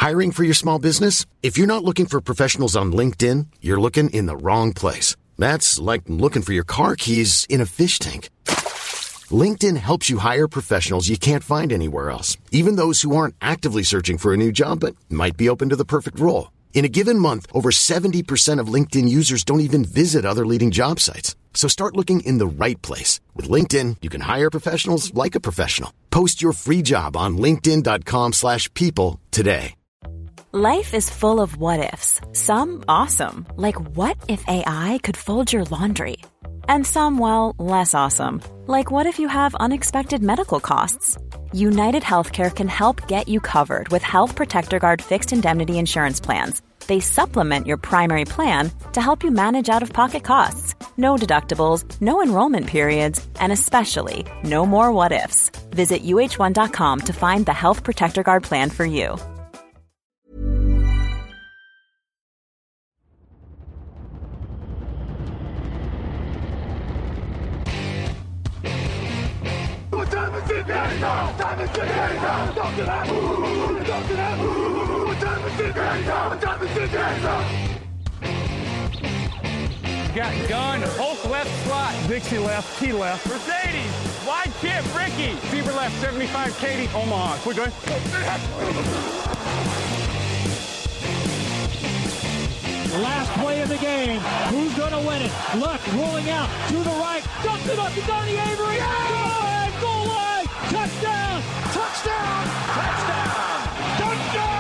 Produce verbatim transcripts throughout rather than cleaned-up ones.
Hiring for your small business? If you're not looking for professionals on LinkedIn, you're looking in the wrong place. That's like looking for your car keys in a fish tank. LinkedIn helps you hire professionals you can't find anywhere else, even those who aren't actively searching for a new job but might be open to the perfect role. In a given month, over seventy percent of LinkedIn users don't even visit other leading job sites. So start looking in the right place. With LinkedIn, you can hire professionals like a professional. Post your free job on linkedin.com slash people today. Life is full of what-ifs. Some awesome, like what if A I could fold your laundry? And some, well, less awesome, like what if you have unexpected medical costs? United Healthcare can help get you covered with Health Protector Guard fixed indemnity insurance plans. They supplement your primary plan to help you manage out-of-pocket costs. No deductibles, no enrollment periods, and especially no more what-ifs. Visit U H one dot com to find the Health Protector Guard plan for you. Got gun, Hulk left slot, Dixie left, T left, Mercedes, wide chip, Ricky, Fever left, seventy-five, Katie, Omaha. We're good. Last play of the game. Who's going to win it? Luck rolling out to the right. Dumps it up to Donnie Avery. Yeah! Goal line, goal line. Touchdown. Touchdown. Touchdown. Touchdown.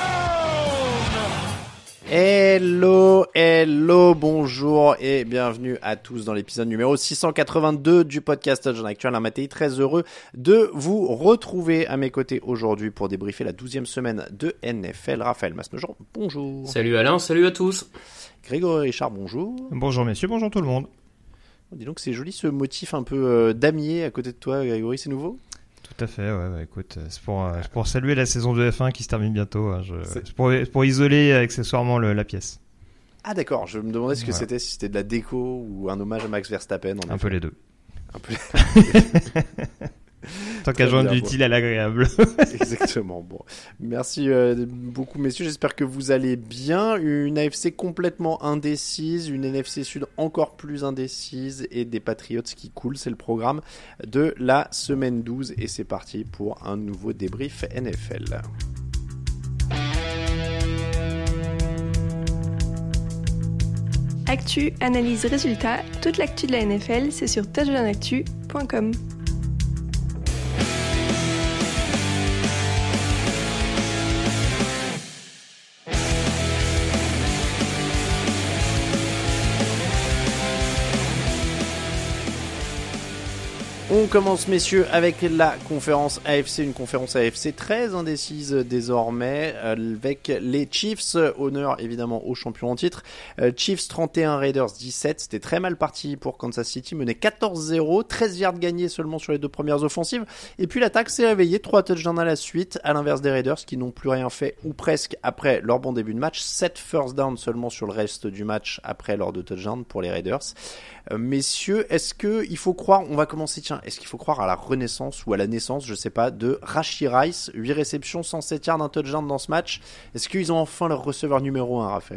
Hello, hello, bonjour et bienvenue à tous dans l'épisode numéro six cent quatre-vingt-deux du podcast Touchdown Actu. Alain Mattei, très heureux de vous retrouver à mes côtés aujourd'hui pour débriefer la douzième semaine de N F L. Raphaël Masmejean, bonjour. Salut Alain, salut à tous. Grégory Richard, bonjour. Bonjour messieurs, bonjour tout le monde. Dis donc, c'est joli ce motif un peu euh, damier à côté de toi, Grégory, c'est nouveau ? Tout à fait, ouais, bah, écoute, c'est pour, euh, c'est pour saluer la saison de F un qui se termine bientôt. Hein, je, c'est... C'est pour, pour isoler accessoirement le, la pièce. Ah d'accord, je me demandais ce que voilà. c'était, si c'était de la déco ou un hommage à Max Verstappen. En un effet. peu les deux. Un peu. Tant qu'à joindre l'utile à l'agréable. Exactement. Bon, merci euh, beaucoup messieurs. J'espère que vous allez bien. Une A F C complètement indécise, une N F C Sud encore plus indécise et des Patriots qui coulent. C'est le programme de la semaine douze et c'est parti pour un nouveau débrief N F L. Actu, analyse, résultat, toute l'actu de la N F L, c'est sur touchdown actu point com. On commence, messieurs, avec la conférence A F C, une conférence A F C très indécise désormais, avec les Chiefs, honneur évidemment aux champions en titre. Chiefs trente et un, Raiders dix-sept, c'était très mal parti pour Kansas City, menait quatorze zéro, treize yards gagnés seulement sur les deux premières offensives, et puis l'attaque s'est réveillée, trois touchdowns à la suite, à l'inverse des Raiders qui n'ont plus rien fait, ou presque, après leur bon début de match, sept first down seulement sur le reste du match après leurs deux touchdowns pour les Raiders. Euh, messieurs, est-ce que il faut croire, on va commencer, tiens, est-ce qu'il faut croire à la renaissance ou à la naissance, je sais pas, de Rashee Rice, huit réceptions, cent sept yards, un touchdown dans ce match. Est-ce qu'ils ont enfin leur receveur numéro un, Raphaël ?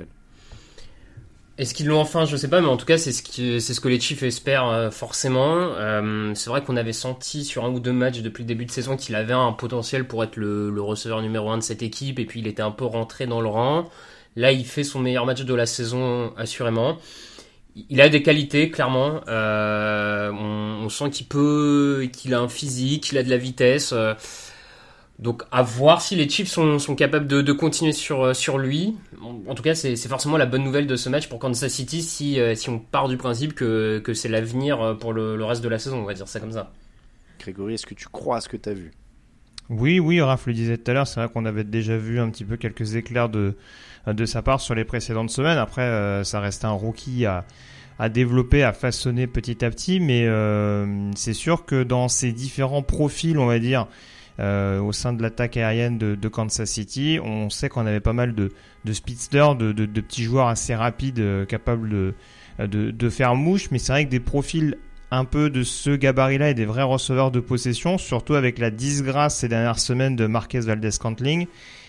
Est-ce qu'ils l'ont enfin ? Je sais pas, mais en tout cas, c'est ce, qui, c'est ce que les Chiefs espèrent euh, forcément. Euh, c'est vrai qu'on avait senti sur un ou deux matchs depuis le début de saison qu'il avait un potentiel pour être le, le receveur numéro un de cette équipe, et puis il était un peu rentré dans le rang. Là, il fait son meilleur match de la saison, assurément. Il a des qualités, clairement. Euh, on, on sent qu'il peut, qu'il a un physique, qu'il a de la vitesse. Euh, donc, à voir si les Chiefs sont, sont capables de, de continuer sur, sur lui. En, en tout cas, c'est, c'est forcément la bonne nouvelle de ce match pour Kansas City si, si on part du principe que, que c'est l'avenir pour le, le reste de la saison. On va dire ça comme ça. Grégory, est-ce que tu crois à ce que tu as vu ? Oui, oui, Raph le disait tout à l'heure, c'est vrai qu'on avait déjà vu un petit peu quelques éclairs de, de sa part sur les précédentes semaines. Après, euh, ça reste un rookie à, à développer, à façonner petit à petit, mais euh, c'est sûr que dans ces différents profils, on va dire, euh, au sein de l'attaque aérienne de, de Kansas City, on sait qu'on avait pas mal de, de speedsters, de, de, de petits joueurs assez rapides, euh, capables de, de, de faire mouche, mais c'est vrai que des profils un peu de ce gabarit-là et des vrais receveurs de possession, surtout avec la disgrâce ces dernières semaines de Marquez Valdez-Scantling,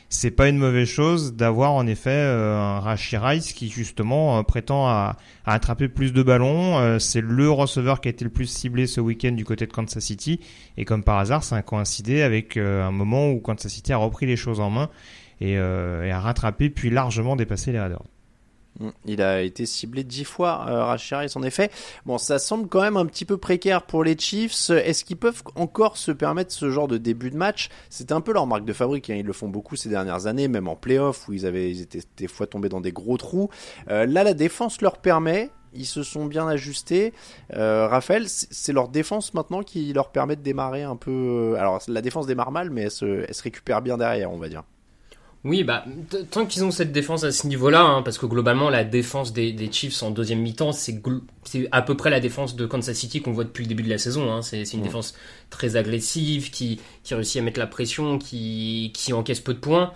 c'est pas une mauvaise chose d'avoir en effet euh, un Rashee Rice qui justement euh, prétend à, à attraper plus de ballons. Euh, c'est le receveur qui a été le plus ciblé ce week-end du côté de Kansas City, et comme par hasard, ça a coïncidé avec euh, un moment où Kansas City a repris les choses en main et, euh, et a rattrapé puis largement dépassé les Raiders. Il a été ciblé dix fois, euh, Rashee Rice, en effet. Bon, ça semble quand même un petit peu précaire pour les Chiefs. Est-ce qu'ils peuvent encore se permettre ce genre de début de match ? C'était un peu leur marque de fabrique, hein. Ils le font beaucoup ces dernières années, même en play-off, où ils avaient, ils étaient des fois tombés dans des gros trous. Euh, là, la défense leur permet. Ils se sont bien ajustés. Euh, Raphaël, c'est leur défense maintenant qui leur permet de démarrer un peu... Alors, la défense démarre mal, mais elle se, elle se récupère bien derrière, on va dire. Oui, bah, t- tant qu'ils ont cette défense à ce niveau-là, hein, parce que globalement, la défense des, des Chiefs en deuxième mi-temps, c'est, gl- c'est à peu près la défense de Kansas City qu'on voit depuis le début de la saison. Hein. C'est, c'est une mmh. défense très agressive, qui, qui réussit à mettre la pression, qui, qui encaisse peu de points.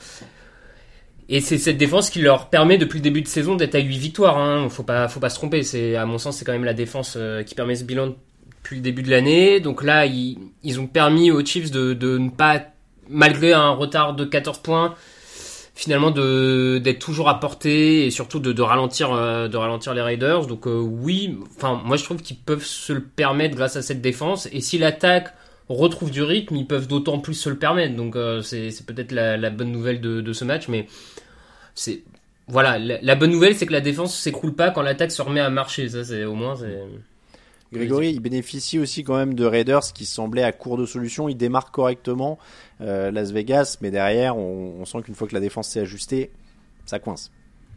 Et c'est cette défense qui leur permet depuis le début de saison d'être à huit victoires. Hein. Faut pas, faut pas se tromper. C'est, à mon sens, c'est quand même la défense euh, qui permet ce bilan depuis le début de l'année. Donc là, ils, ils ont permis aux Chiefs de, de ne pas, malgré un retard de quatorze points, finalement de d'être toujours à portée et surtout de, de ralentir euh, de ralentir les Raiders. Donc euh, oui, enfin moi je trouve qu'ils peuvent se le permettre grâce à cette défense, et si l'attaque retrouve du rythme, ils peuvent d'autant plus se le permettre. Donc euh, c'est c'est peut-être la, la bonne nouvelle de de ce match, mais c'est voilà, la, la bonne nouvelle c'est que la défense s'écroule pas quand l'attaque se remet à marcher. Ça c'est au moins c'est Grégory, il bénéficie aussi quand même de Raiders qui semblaient à court de solutions. Ils démarrent correctement euh, Las Vegas, mais derrière, on, on sent qu'une fois que la défense s'est ajustée, ça coince.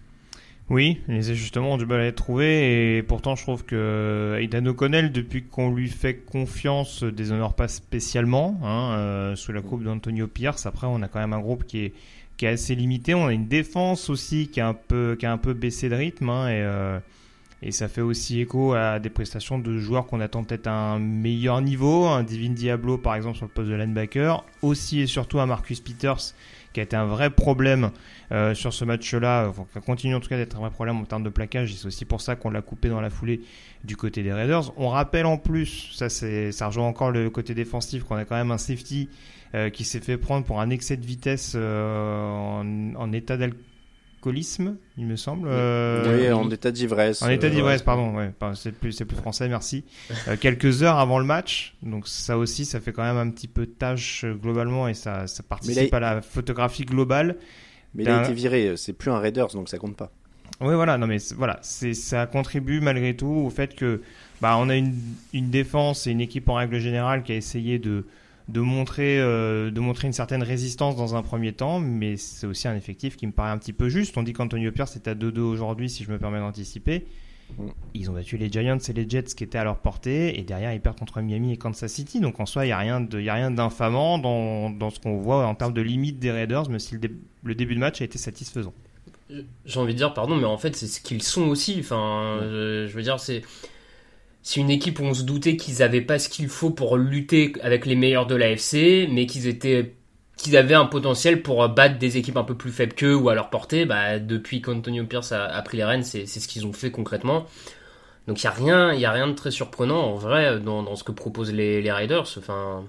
Oui, les ajustements ont du mal à être trouvés, et pourtant je trouve que Aidan O'Connell, depuis qu'on lui fait confiance, déshonore pas spécialement, hein, euh, sous la coupe d'Antonio Pierce. Après, on a quand même un groupe qui est qui est assez limité. On a une défense aussi qui a un peu qui a un peu baissé de rythme, hein, et euh, Et ça fait aussi écho à des prestations de joueurs qu'on attend peut-être à un meilleur niveau. Un Divin Diablo, par exemple, sur le poste de linebacker. Aussi et surtout un Marcus Peters, qui a été un vrai problème euh, sur ce match-là. Enfin, qui continue en tout cas d'être un vrai problème en termes de plaquage. Et c'est aussi pour ça qu'on l'a coupé dans la foulée du côté des Raiders. On rappelle en plus, ça, c'est, ça rejoint encore le côté défensif, qu'on a quand même un safety euh, qui s'est fait prendre pour un excès de vitesse euh, en, en état d'alcool. Alcoolisme, il me semble. Euh, oui, en état d'ivresse. En état d'ivresse, euh, pardon. Ouais, c'est plus, c'est plus français, merci. euh, quelques heures avant le match, donc ça aussi, ça fait quand même un petit peu tâche globalement, et ça, ça participe a... à la photographie globale. Mais il a été viré, c'est plus un Raiders, donc ça compte pas. Oui, voilà, non mais c'est, voilà, c'est, ça contribue malgré tout au fait que, bah, on a une, une défense et une équipe en règle générale qui a essayé de de montrer euh, de montrer une certaine résistance dans un premier temps, mais c'est aussi un effectif qui me paraît un petit peu juste. On dit qu'Antonio Pierce est à deux deux aujourd'hui, si je me permets d'anticiper. Mm. Ils ont battu les Giants et les Jets qui étaient à leur portée, et derrière ils perdent contre Miami et Kansas City. Donc en soi, il y a rien de il y a rien d'infamant dans dans ce qu'on voit en termes de limite des Raiders, même si le, dé, le début de match a été satisfaisant. J'ai envie de dire pardon, mais en fait c'est ce qu'ils sont aussi. Enfin, mm. je, je veux dire c'est C'est une équipe où on se doutait qu'ils avaient pas ce qu'il faut pour lutter avec les meilleurs de l'A F C, mais qu'ils étaient, qu'ils avaient un potentiel pour battre des équipes un peu plus faibles qu'eux ou à leur portée. Bah, depuis qu'Antonio Pierce a, a pris les rênes, c'est, c'est ce qu'ils ont fait concrètement. Donc il y a rien, il y a rien de très surprenant en vrai dans, dans ce que proposent les, les Raiders. Enfin.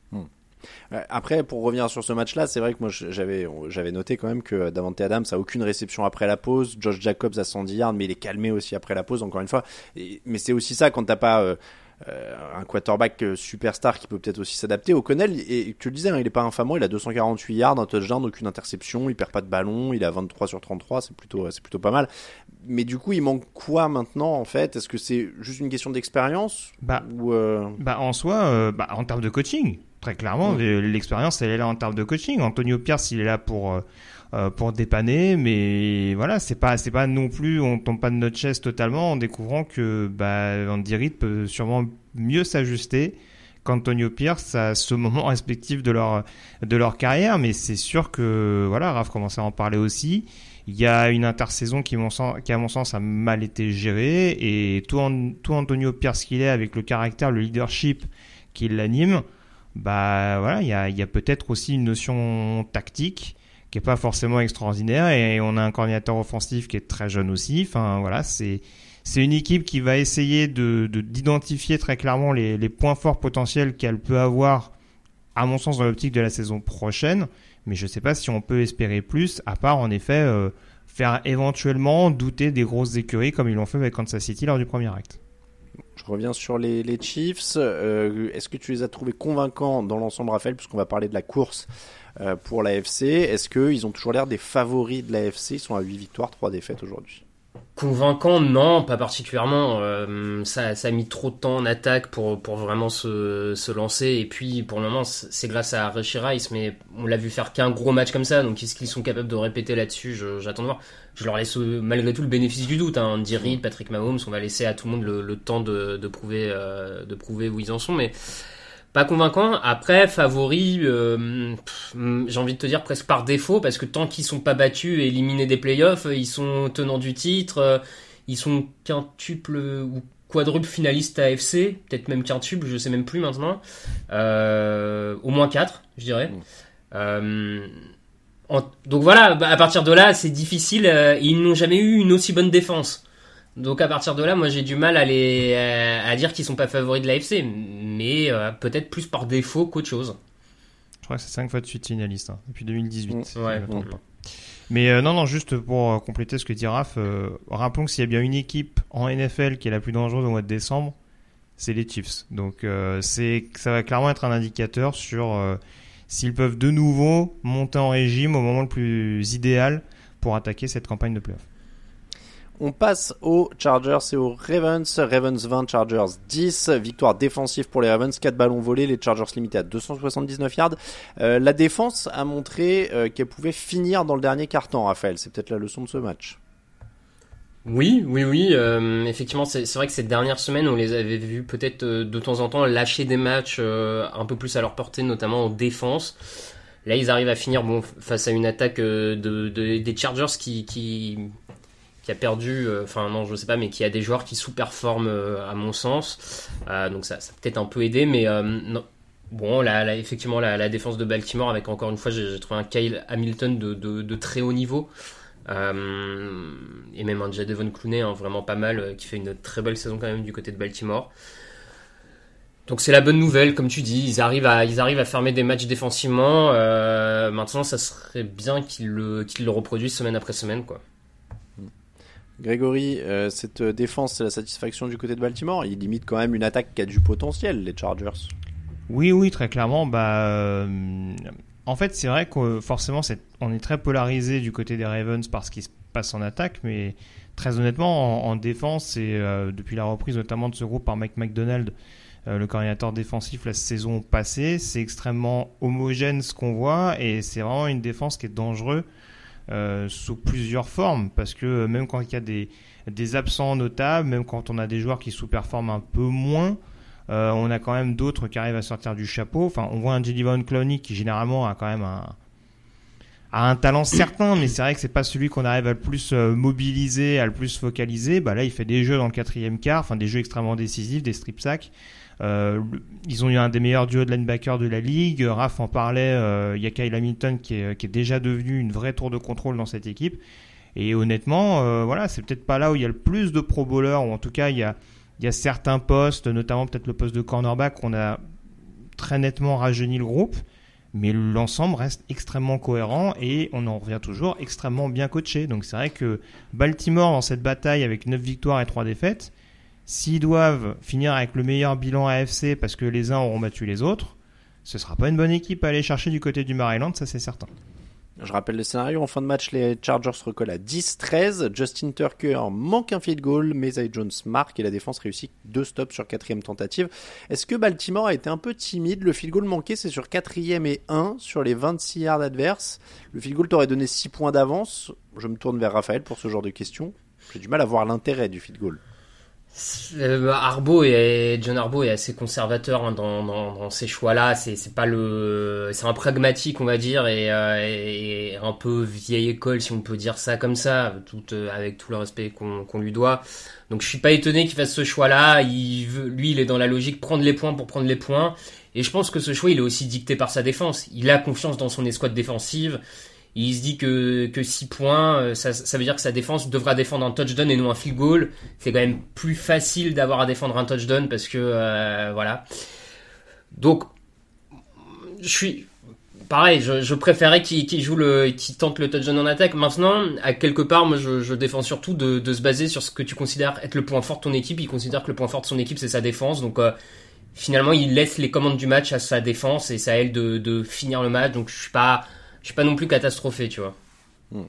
Après, pour revenir sur ce match-là, c'est vrai que moi j'avais j'avais noté quand même que Davante Adams a aucune réception après la pause, Josh Jacobs a cent dix yards, mais il est calmé aussi après la pause, encore une fois. Et, mais c'est aussi ça quand t'as pas euh, euh, un quarterback superstar qui peut peut-être aussi s'adapter. O'Connell, et tu le disais, hein, il est pas infamant, il a deux cent quarante-huit yards, un touchdown, aucune interception, il perd pas de ballon, il a vingt-trois sur trente-trois, c'est plutôt c'est plutôt pas mal. Mais du coup, il manque quoi maintenant en fait ? Est-ce que c'est juste une question d'expérience bah, ou euh... bah en soi, euh, bah en termes de coaching. Très clairement, mmh. l'expérience, elle est là en termes de coaching. Antonio Pierce, il est là pour euh, pour dépanner, mais voilà, c'est pas c'est pas non plus, on tombe pas de notre chaise totalement en découvrant que bah Andy Reid peut sûrement mieux s'ajuster qu'Antonio Pierce à ce moment respectif de leur de leur carrière. Mais c'est sûr que voilà, Raph commençait à en parler aussi. Il y a une intersaison qui, mon sens, qui à mon sens a mal été gérée, et tout, en, tout Antonio Pierce qu'il est, avec le caractère, le leadership qui l'anime. Bah voilà, il y a, il y a peut-être aussi une notion tactique qui est pas forcément extraordinaire, et on a un coordinateur offensif qui est très jeune aussi. Enfin voilà, c'est c'est une équipe qui va essayer de, de d'identifier très clairement les, les points forts potentiels qu'elle peut avoir, à mon sens, dans l'optique de la saison prochaine. mais je sais pas si on peut espérer plus, à part en effet euh, faire éventuellement douter des grosses écuries comme ils l'ont fait avec Kansas City lors du premier acte. Je reviens sur les, les Chiefs. Euh, est-ce que tu les as trouvés convaincants dans l'ensemble, Raphaël, puisqu'on va parler de la course euh, pour l'A F C? Est-ce qu'ils ont toujours l'air des favoris de l'A F C? Ils sont à huit victoires, trois défaites aujourd'hui. Convaincant, non, pas particulièrement. Euh, ça, ça a mis trop de temps en attaque pour, pour vraiment se, se lancer. Et puis, pour le moment, c'est grâce à Rashee Rice, mais on l'a vu faire qu'un gros match comme ça. Donc, est-ce qu'ils sont capables de répéter là-dessus? je, J'attends de voir. Je leur laisse malgré tout le bénéfice du doute. Hein. Andy Reid, Patrick Mahomes, on va laisser à tout le monde le, le temps de, de, prouver, euh, de prouver où ils en sont. Mais pas convaincant. Après, favori, euh, pff, j'ai envie de te dire presque par défaut, parce que tant qu'ils sont pas battus et éliminés des playoffs, ils sont tenants du titre, euh, ils sont quintuple ou quadruple finalistes A F C, peut-être même quintuple, je sais même plus maintenant. Euh, au moins quatre, je dirais. Mmh. Euh, en, donc voilà, à partir de là, c'est difficile. Euh, ils n'ont jamais eu une aussi bonne défense. Donc à partir de là, moi j'ai du mal à, les, à, à dire qu'ils sont pas favoris de l'A F C, mais euh, peut-être plus par défaut qu'autre chose. Je crois que c'est cinq fois de suite finaliste, hein, depuis deux mille dix-huit. Mmh, si ouais, je me trompe pas. Mais euh, non, non, juste pour euh, compléter ce que dit Raph, euh, rappelons que s'il y a bien une équipe en N F L qui est la plus dangereuse au mois de décembre, c'est les Chiefs. Donc euh, c'est, ça va clairement être un indicateur sur euh, s'ils peuvent de nouveau monter en régime au moment le plus idéal pour attaquer cette campagne de playoff. On passe aux Chargers et aux Ravens. Ravens vingt, Chargers dix. Victoire défensive pour les Ravens. quatre ballons volés. Les Chargers limités à deux cent soixante-dix-neuf yards. Euh, la défense a montré euh, qu'elle pouvait finir dans le dernier quart-temps, Raphaël. C'est peut-être la leçon de ce match. Oui, oui, oui. Euh, effectivement, c'est, c'est vrai que ces dernières semaines, on les avait vus peut-être euh, de temps en temps lâcher des matchs euh, un peu plus à leur portée, notamment en défense. Là, ils arrivent à finir bon, face à une attaque euh, de, de, des Chargers qui... qui qui a perdu, enfin euh, non je sais pas, mais qui a des joueurs qui sous-performent euh, à mon sens, euh, donc ça, ça a peut-être un peu aidé, mais euh, non. Bon, là, là, effectivement la, la défense de Baltimore, avec encore une fois j'ai, j'ai trouvé un Kyle Hamilton de, de, de très haut niveau, euh, et même un Jadeveon Clowney hein, vraiment pas mal, euh, qui fait une très belle saison quand même du côté de Baltimore. Donc c'est la bonne nouvelle, comme tu dis, ils arrivent à, ils arrivent à fermer des matchs défensivement, euh, maintenant ça serait bien qu'ils le, qu'ils le reproduisent semaine après semaine, quoi. Grégory, euh, cette défense, c'est la satisfaction du côté de Baltimore. Il limite quand même une attaque qui a du potentiel, les Chargers. Oui, oui, très clairement. Bah, euh, en fait, c'est vrai que forcément, c'est, on est très polarisé du côté des Ravens par ce qui se passe en attaque, mais très honnêtement, en, en défense, et euh, depuis la reprise notamment de ce groupe par Mike Macdonald, euh, le coordinateur défensif la saison passée, c'est extrêmement homogène ce qu'on voit, et c'est vraiment une défense qui est dangereuse. Euh, sous plusieurs formes, parce que même quand il y a des, des absents notables, même quand on a des joueurs qui sous-performent un peu moins, euh, on a quand même d'autres qui arrivent à sortir du chapeau. Enfin, on voit un Jadeveon Clowney qui généralement a quand même un, a un talent certain, mais c'est vrai que c'est pas celui qu'on arrive à le plus euh, mobiliser, à le plus focaliser. Bah là, il fait des jeux dans le quatrième quart, enfin des jeux extrêmement décisifs, des strip sacks. Euh, ils ont eu un des meilleurs duos de linebackers de la ligue. Raph en parlait, euh, il y a Kyle Hamilton qui est, qui est déjà devenu une vraie tour de contrôle dans cette équipe. Et honnêtement, euh, voilà, c'est peut-être pas là où il y a le plus de pro bowlers, ou en tout cas il y a, il y a certains postes, notamment peut-être le poste de cornerback, on a très nettement rajeuni le groupe, mais l'ensemble reste extrêmement cohérent et on en revient toujours extrêmement bien coaché. Donc c'est vrai que Baltimore dans cette bataille avec neuf victoires et trois défaites, s'ils doivent finir avec le meilleur bilan A F C parce que les uns auront battu les autres, ce sera pas une bonne équipe à aller chercher du côté du Maryland, ça c'est certain. Je rappelle le scénario, en fin de match, les Chargers recollent à dix treize. Justin Tucker manque un field goal, mais Zay Jones marque et la défense réussit deux stops sur quatrième tentative. Est-ce que Baltimore a été un peu timide? Le field goal manqué, c'est sur quatrième et un sur les vingt-six yards adverses. Le field goal t'aurait donné six points d'avance. Je me tourne vers Raphaël pour ce genre de questions. J'ai du mal à voir l'intérêt du field goal. Euh, Harbaugh et John Harbaugh est assez conservateur hein, dans, dans, dans ces choix-là. C'est, c'est pas le, c'est un pragmatique on va dire et, euh, et un peu vieille école si on peut dire ça comme ça, tout euh, avec tout le respect qu'on, qu'on lui doit. Donc je suis pas étonné qu'il fasse ce choix-là. Il veut, lui, il est dans la logique prendre les points pour prendre les points. Et je pense que ce choix, il est aussi dicté par sa défense. Il a confiance dans son escouade défensive. Il se dit que, que six points, ça, ça veut dire que sa défense devra défendre un touchdown et non un field goal. C'est quand même plus facile d'avoir à défendre un touchdown parce que, euh, voilà. Donc, je suis, pareil, je, je préférais qu'il, qu'il joue le, qu'il tente le touchdown en attaque. Maintenant, à quelque part, moi, je, je défends surtout de, de se baser sur ce que tu considères être le point fort de ton équipe. Il considère que le point fort de son équipe, c'est sa défense. Donc, euh, finalement, il laisse les commandes du match à sa défense et c'est à elle de, de finir le match. Donc, je suis pas, je suis pas non plus catastrophé, tu vois. Hmm.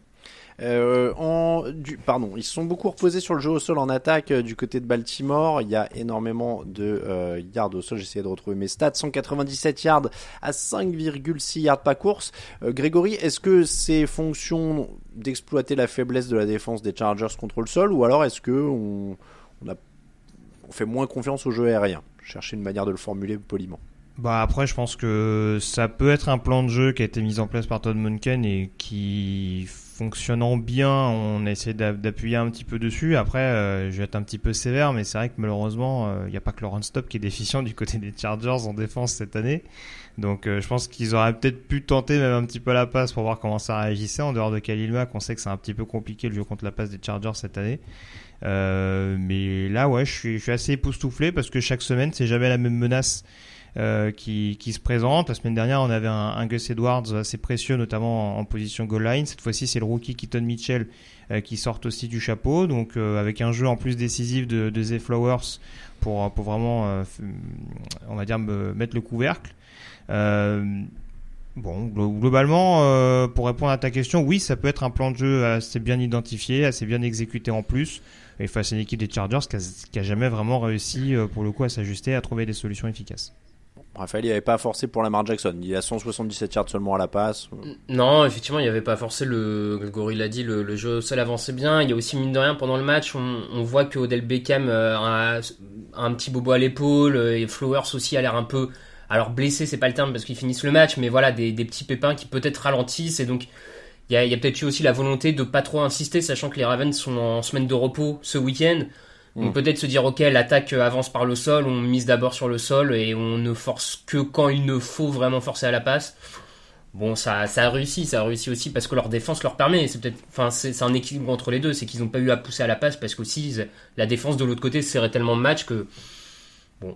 Euh, en, du, pardon, ils se sont beaucoup reposés sur le jeu au sol en attaque euh, du côté de Baltimore. Il y a énormément de euh, yards au sol. J'essayais de retrouver mes stats. cent quatre-vingt-dix-sept yards à cinq virgule six yards par course. Euh, Grégory, est-ce que c'est fonction d'exploiter la faiblesse de la défense des Chargers contre le sol, ou alors est-ce que on, on, a, on fait moins confiance au jeu aérien? Chercher une manière de le formuler poliment. Bah après, je pense que ça peut être un plan de jeu qui a été mis en place par Todd Monken et qui, fonctionnant bien, on a essayé d'appuyer un petit peu dessus. Après, euh, je vais être un petit peu sévère, mais c'est vrai que malheureusement, il euh, n'y a pas que le run-stop qui est déficient du côté des Chargers en défense cette année. Donc euh, je pense qu'ils auraient peut-être pu tenter même un petit peu la passe pour voir comment ça réagissait. En dehors de Khalil Mack, on sait que c'est un petit peu compliqué le jeu contre la passe des Chargers cette année. Euh, mais là, ouais, je suis, je suis assez époustouflé parce que chaque semaine, c'est jamais la même menace Euh, qui, qui se présente. La semaine dernière, on avait un, un Gus Edwards assez précieux, notamment en, en position goal line. Cette fois-ci, c'est le rookie Keaton Mitchell euh, qui sort aussi du chapeau. Donc, euh, avec un jeu en plus décisif de, de Zay Flowers pour, pour vraiment, euh, on va dire, me mettre le couvercle. Euh, bon, globalement, euh, pour répondre à ta question, oui, ça peut être un plan de jeu assez bien identifié, assez bien exécuté en plus. Et face à une équipe des Chargers qui a, qui a jamais vraiment réussi, euh, pour le coup, à s'ajuster, à trouver des solutions efficaces. Raphaël, il n'y avait pas forcé pour Lamar Jackson. Il a cent soixante-dix-sept yards seulement à la passe. Non, effectivement, il n'y avait pas forcé. Le Grégory l'a dit, le, le jeu au sol avançait bien. Il y a aussi, mine de rien, pendant le match, on, on voit que Odell Beckham euh, a, a un petit bobo à l'épaule et Flowers aussi a l'air un peu... Alors blessé, c'est pas le terme parce qu'ils finissent le match, mais voilà, des, des petits pépins qui peut-être ralentissent. Et donc, il y a, il y a peut-être eu aussi la volonté de pas trop insister, sachant que les Ravens sont en semaine de repos ce week-end. Donc peut-être se dire ok, l'attaque avance par le sol, on mise d'abord sur le sol et on ne force que quand il ne faut vraiment forcer à la passe. Bon, ça, ça a réussi, ça a réussi aussi parce que leur défense leur permet. C'est peut-être, enfin, c'est, c'est un équilibre entre les deux, c'est qu'ils n'ont pas eu à pousser à la passe parce qu'aussi la défense de l'autre côté serrait tellement de matchs que bon.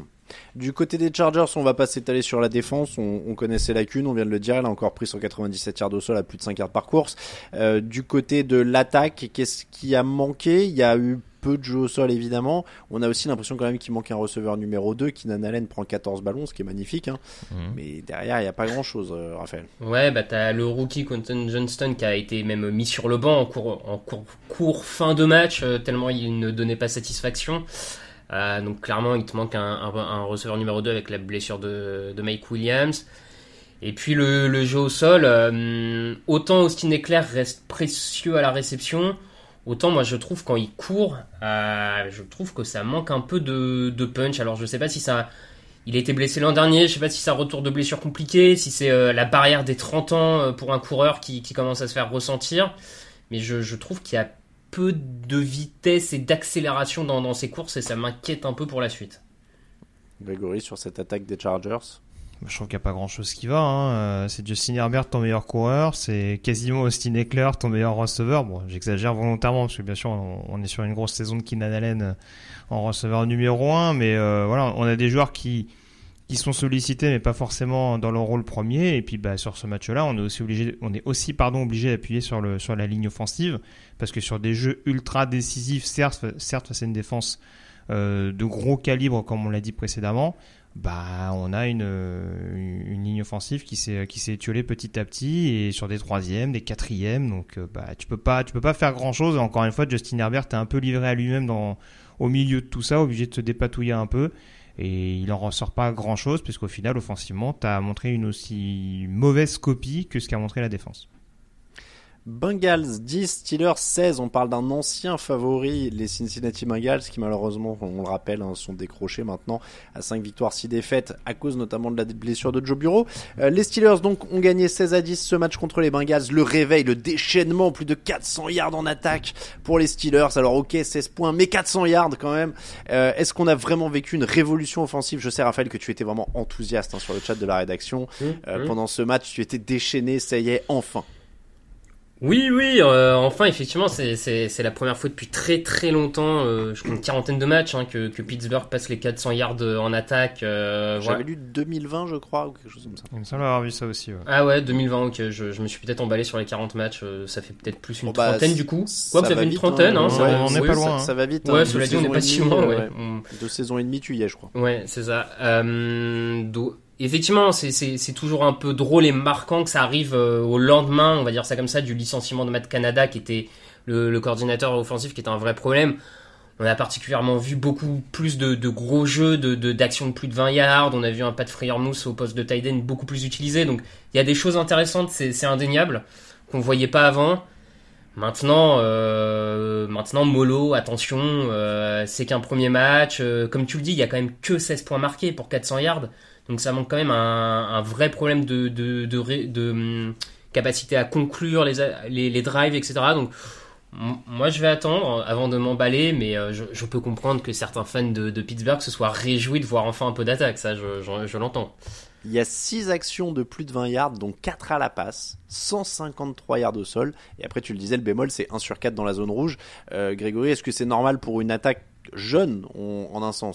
Du côté des Chargers, on va pas s'étaler sur la défense, on, on connaît ses lacunes, on vient de le dire, elle a encore pris cent quatre-vingt-dix-sept yards au sol à plus de cinq yards par course. Euh, du côté de l'attaque, qu'est-ce qui a manqué? Il y a eu peu de jeu au sol évidemment, on a aussi l'impression quand même qu'il manque un receveur numéro deux. Keenan Allen prend quatorze ballons, ce qui est magnifique, hein. Mmh. Mais derrière il n'y a pas grand chose, euh, Raphaël. Ouais, bah t'as le rookie Quentin Johnston qui a été même mis sur le banc en cours, en cours, cours fin de match, euh, tellement il ne donnait pas satisfaction. Euh, donc clairement il te manque un, un, un receveur numéro deux avec la blessure de, de Mike Williams. Et puis le, le jeu au sol, euh, autant Austin Ekeler reste précieux à la réception, autant moi je trouve quand il court, euh, je trouve que ça manque un peu de, de punch. Alors je sais pas si ça, il a été blessé l'an dernier, je sais pas si c'est un retour de blessure compliqué, si c'est euh, la barrière des trente ans pour un coureur qui, qui commence à se faire ressentir, mais je, je trouve qu'il y a peu de vitesse et d'accélération dans, dans ses courses et ça m'inquiète un peu pour la suite. Grégory, sur cette attaque des Chargers? Je trouve qu'il n'y a pas grand chose qui va, hein. C'est Justin Herbert, ton meilleur coureur, c'est quasiment Austin Ekeler, ton meilleur receveur. Bon, j'exagère volontairement parce que bien sûr on, on est sur une grosse saison de Keenan Allen en receveur numéro un, mais euh, voilà, on a des joueurs qui qui sont sollicités mais pas forcément dans leur rôle premier. Et puis bah sur ce match-là, on est aussi obligé, on est aussi pardon obligé d'appuyer sur le sur la ligne offensive parce que sur des jeux ultra décisifs, certes certes face à une défense euh, de gros calibre comme on l'a dit précédemment, bah on a une une ligne offensive qui s'est qui s'est étiolée petit à petit et sur des troisièmes, des quatrièmes, donc bah tu peux pas tu peux pas faire grand chose. Encore une fois, Justin Herbert est un peu livré à lui-même dans au milieu de tout ça, obligé de se dépatouiller un peu. Et il en ressort pas grand chose, puisqu'au final, offensivement, t'as montré une aussi mauvaise copie que ce qu'a montré la défense. Bengals dix, Steelers seize. On parle d'un ancien favori, les Cincinnati Bengals, qui malheureusement, on le rappelle, hein, sont décrochés maintenant à cinq victoires, six défaites, à cause notamment de la blessure de Joe Burrow. Euh, les Steelers donc ont gagné seize à dix ce match contre les Bengals. Le réveil, le déchaînement, plus de quatre cents yards en attaque pour les Steelers. Alors ok, seize points, mais quatre cents yards quand même. Euh, est-ce qu'on a vraiment vécu une révolution offensive? Je sais, Raphaël, que tu étais vraiment enthousiaste, hein, sur le chat de la rédaction. Mmh, euh, mmh. Pendant ce match, tu étais déchaîné, ça y est, enfin. Oui, oui, euh, enfin, effectivement, c'est, c'est, c'est la première fois depuis très très longtemps, euh, je crois une quarantaine de matchs, hein, que, que Pittsburgh passe les quatre cents yards en attaque. Euh, J'avais ouais. lu deux mille vingt, je crois, ou quelque chose comme ça. Il me semble avoir vu ça aussi. Ouais. Ah ouais, deux mille vingt, ok, je, je me suis peut-être emballé sur les quarante matchs, euh, ça fait peut-être plus une Bon, bah, trentaine c- du coup. ça Quoi, ça va fait une vite, trentaine, hein, hein, ça ouais, va- on n'est ouais, pas ça- loin. Ça, ça va vite. Ouais, hein, cela deux dit, on n'est saisons pas et si demie, loin, euh, ouais. On- Deux saisons et demie, tu y es, je crois. Ouais, c'est ça. Euh, do- Effectivement, c'est, c'est, c'est toujours un peu drôle et marquant que ça arrive euh, au lendemain, on va dire ça comme ça, du licenciement de Matt Canada, qui était le, le coordinateur offensif, qui était un vrai problème. On a particulièrement vu beaucoup plus de, de gros jeux, de, de, d'actions de plus de vingt yards. On a vu un Pat Freiermuth au poste de tight end beaucoup plus utilisé. Donc, il y a des choses intéressantes, c'est, c'est indéniable, qu'on voyait pas avant. Maintenant, euh, maintenant Molo, attention, euh, c'est qu'un premier match. Euh, comme tu le dis, il y a quand même que seize points marqués pour quatre cents yards. Donc ça manque quand même un, un vrai problème de, de, de, de, de hum, capacité à conclure les, les, les drives, et cetera. Donc m- moi je vais attendre avant de m'emballer, mais euh, je, je peux comprendre que certains fans de, de Pittsburgh se soient réjouis de voir enfin un peu d'attaque. Ça, je, je, je l'entends. Il y a six actions de plus de vingt yards, dont quatre à la passe, cent cinquante-trois yards au sol. Et après, tu le disais, le bémol, c'est un sur quatre dans la zone rouge. Euh, Grégory, est-ce que c'est normal pour une attaque jeune, en, en un sens ?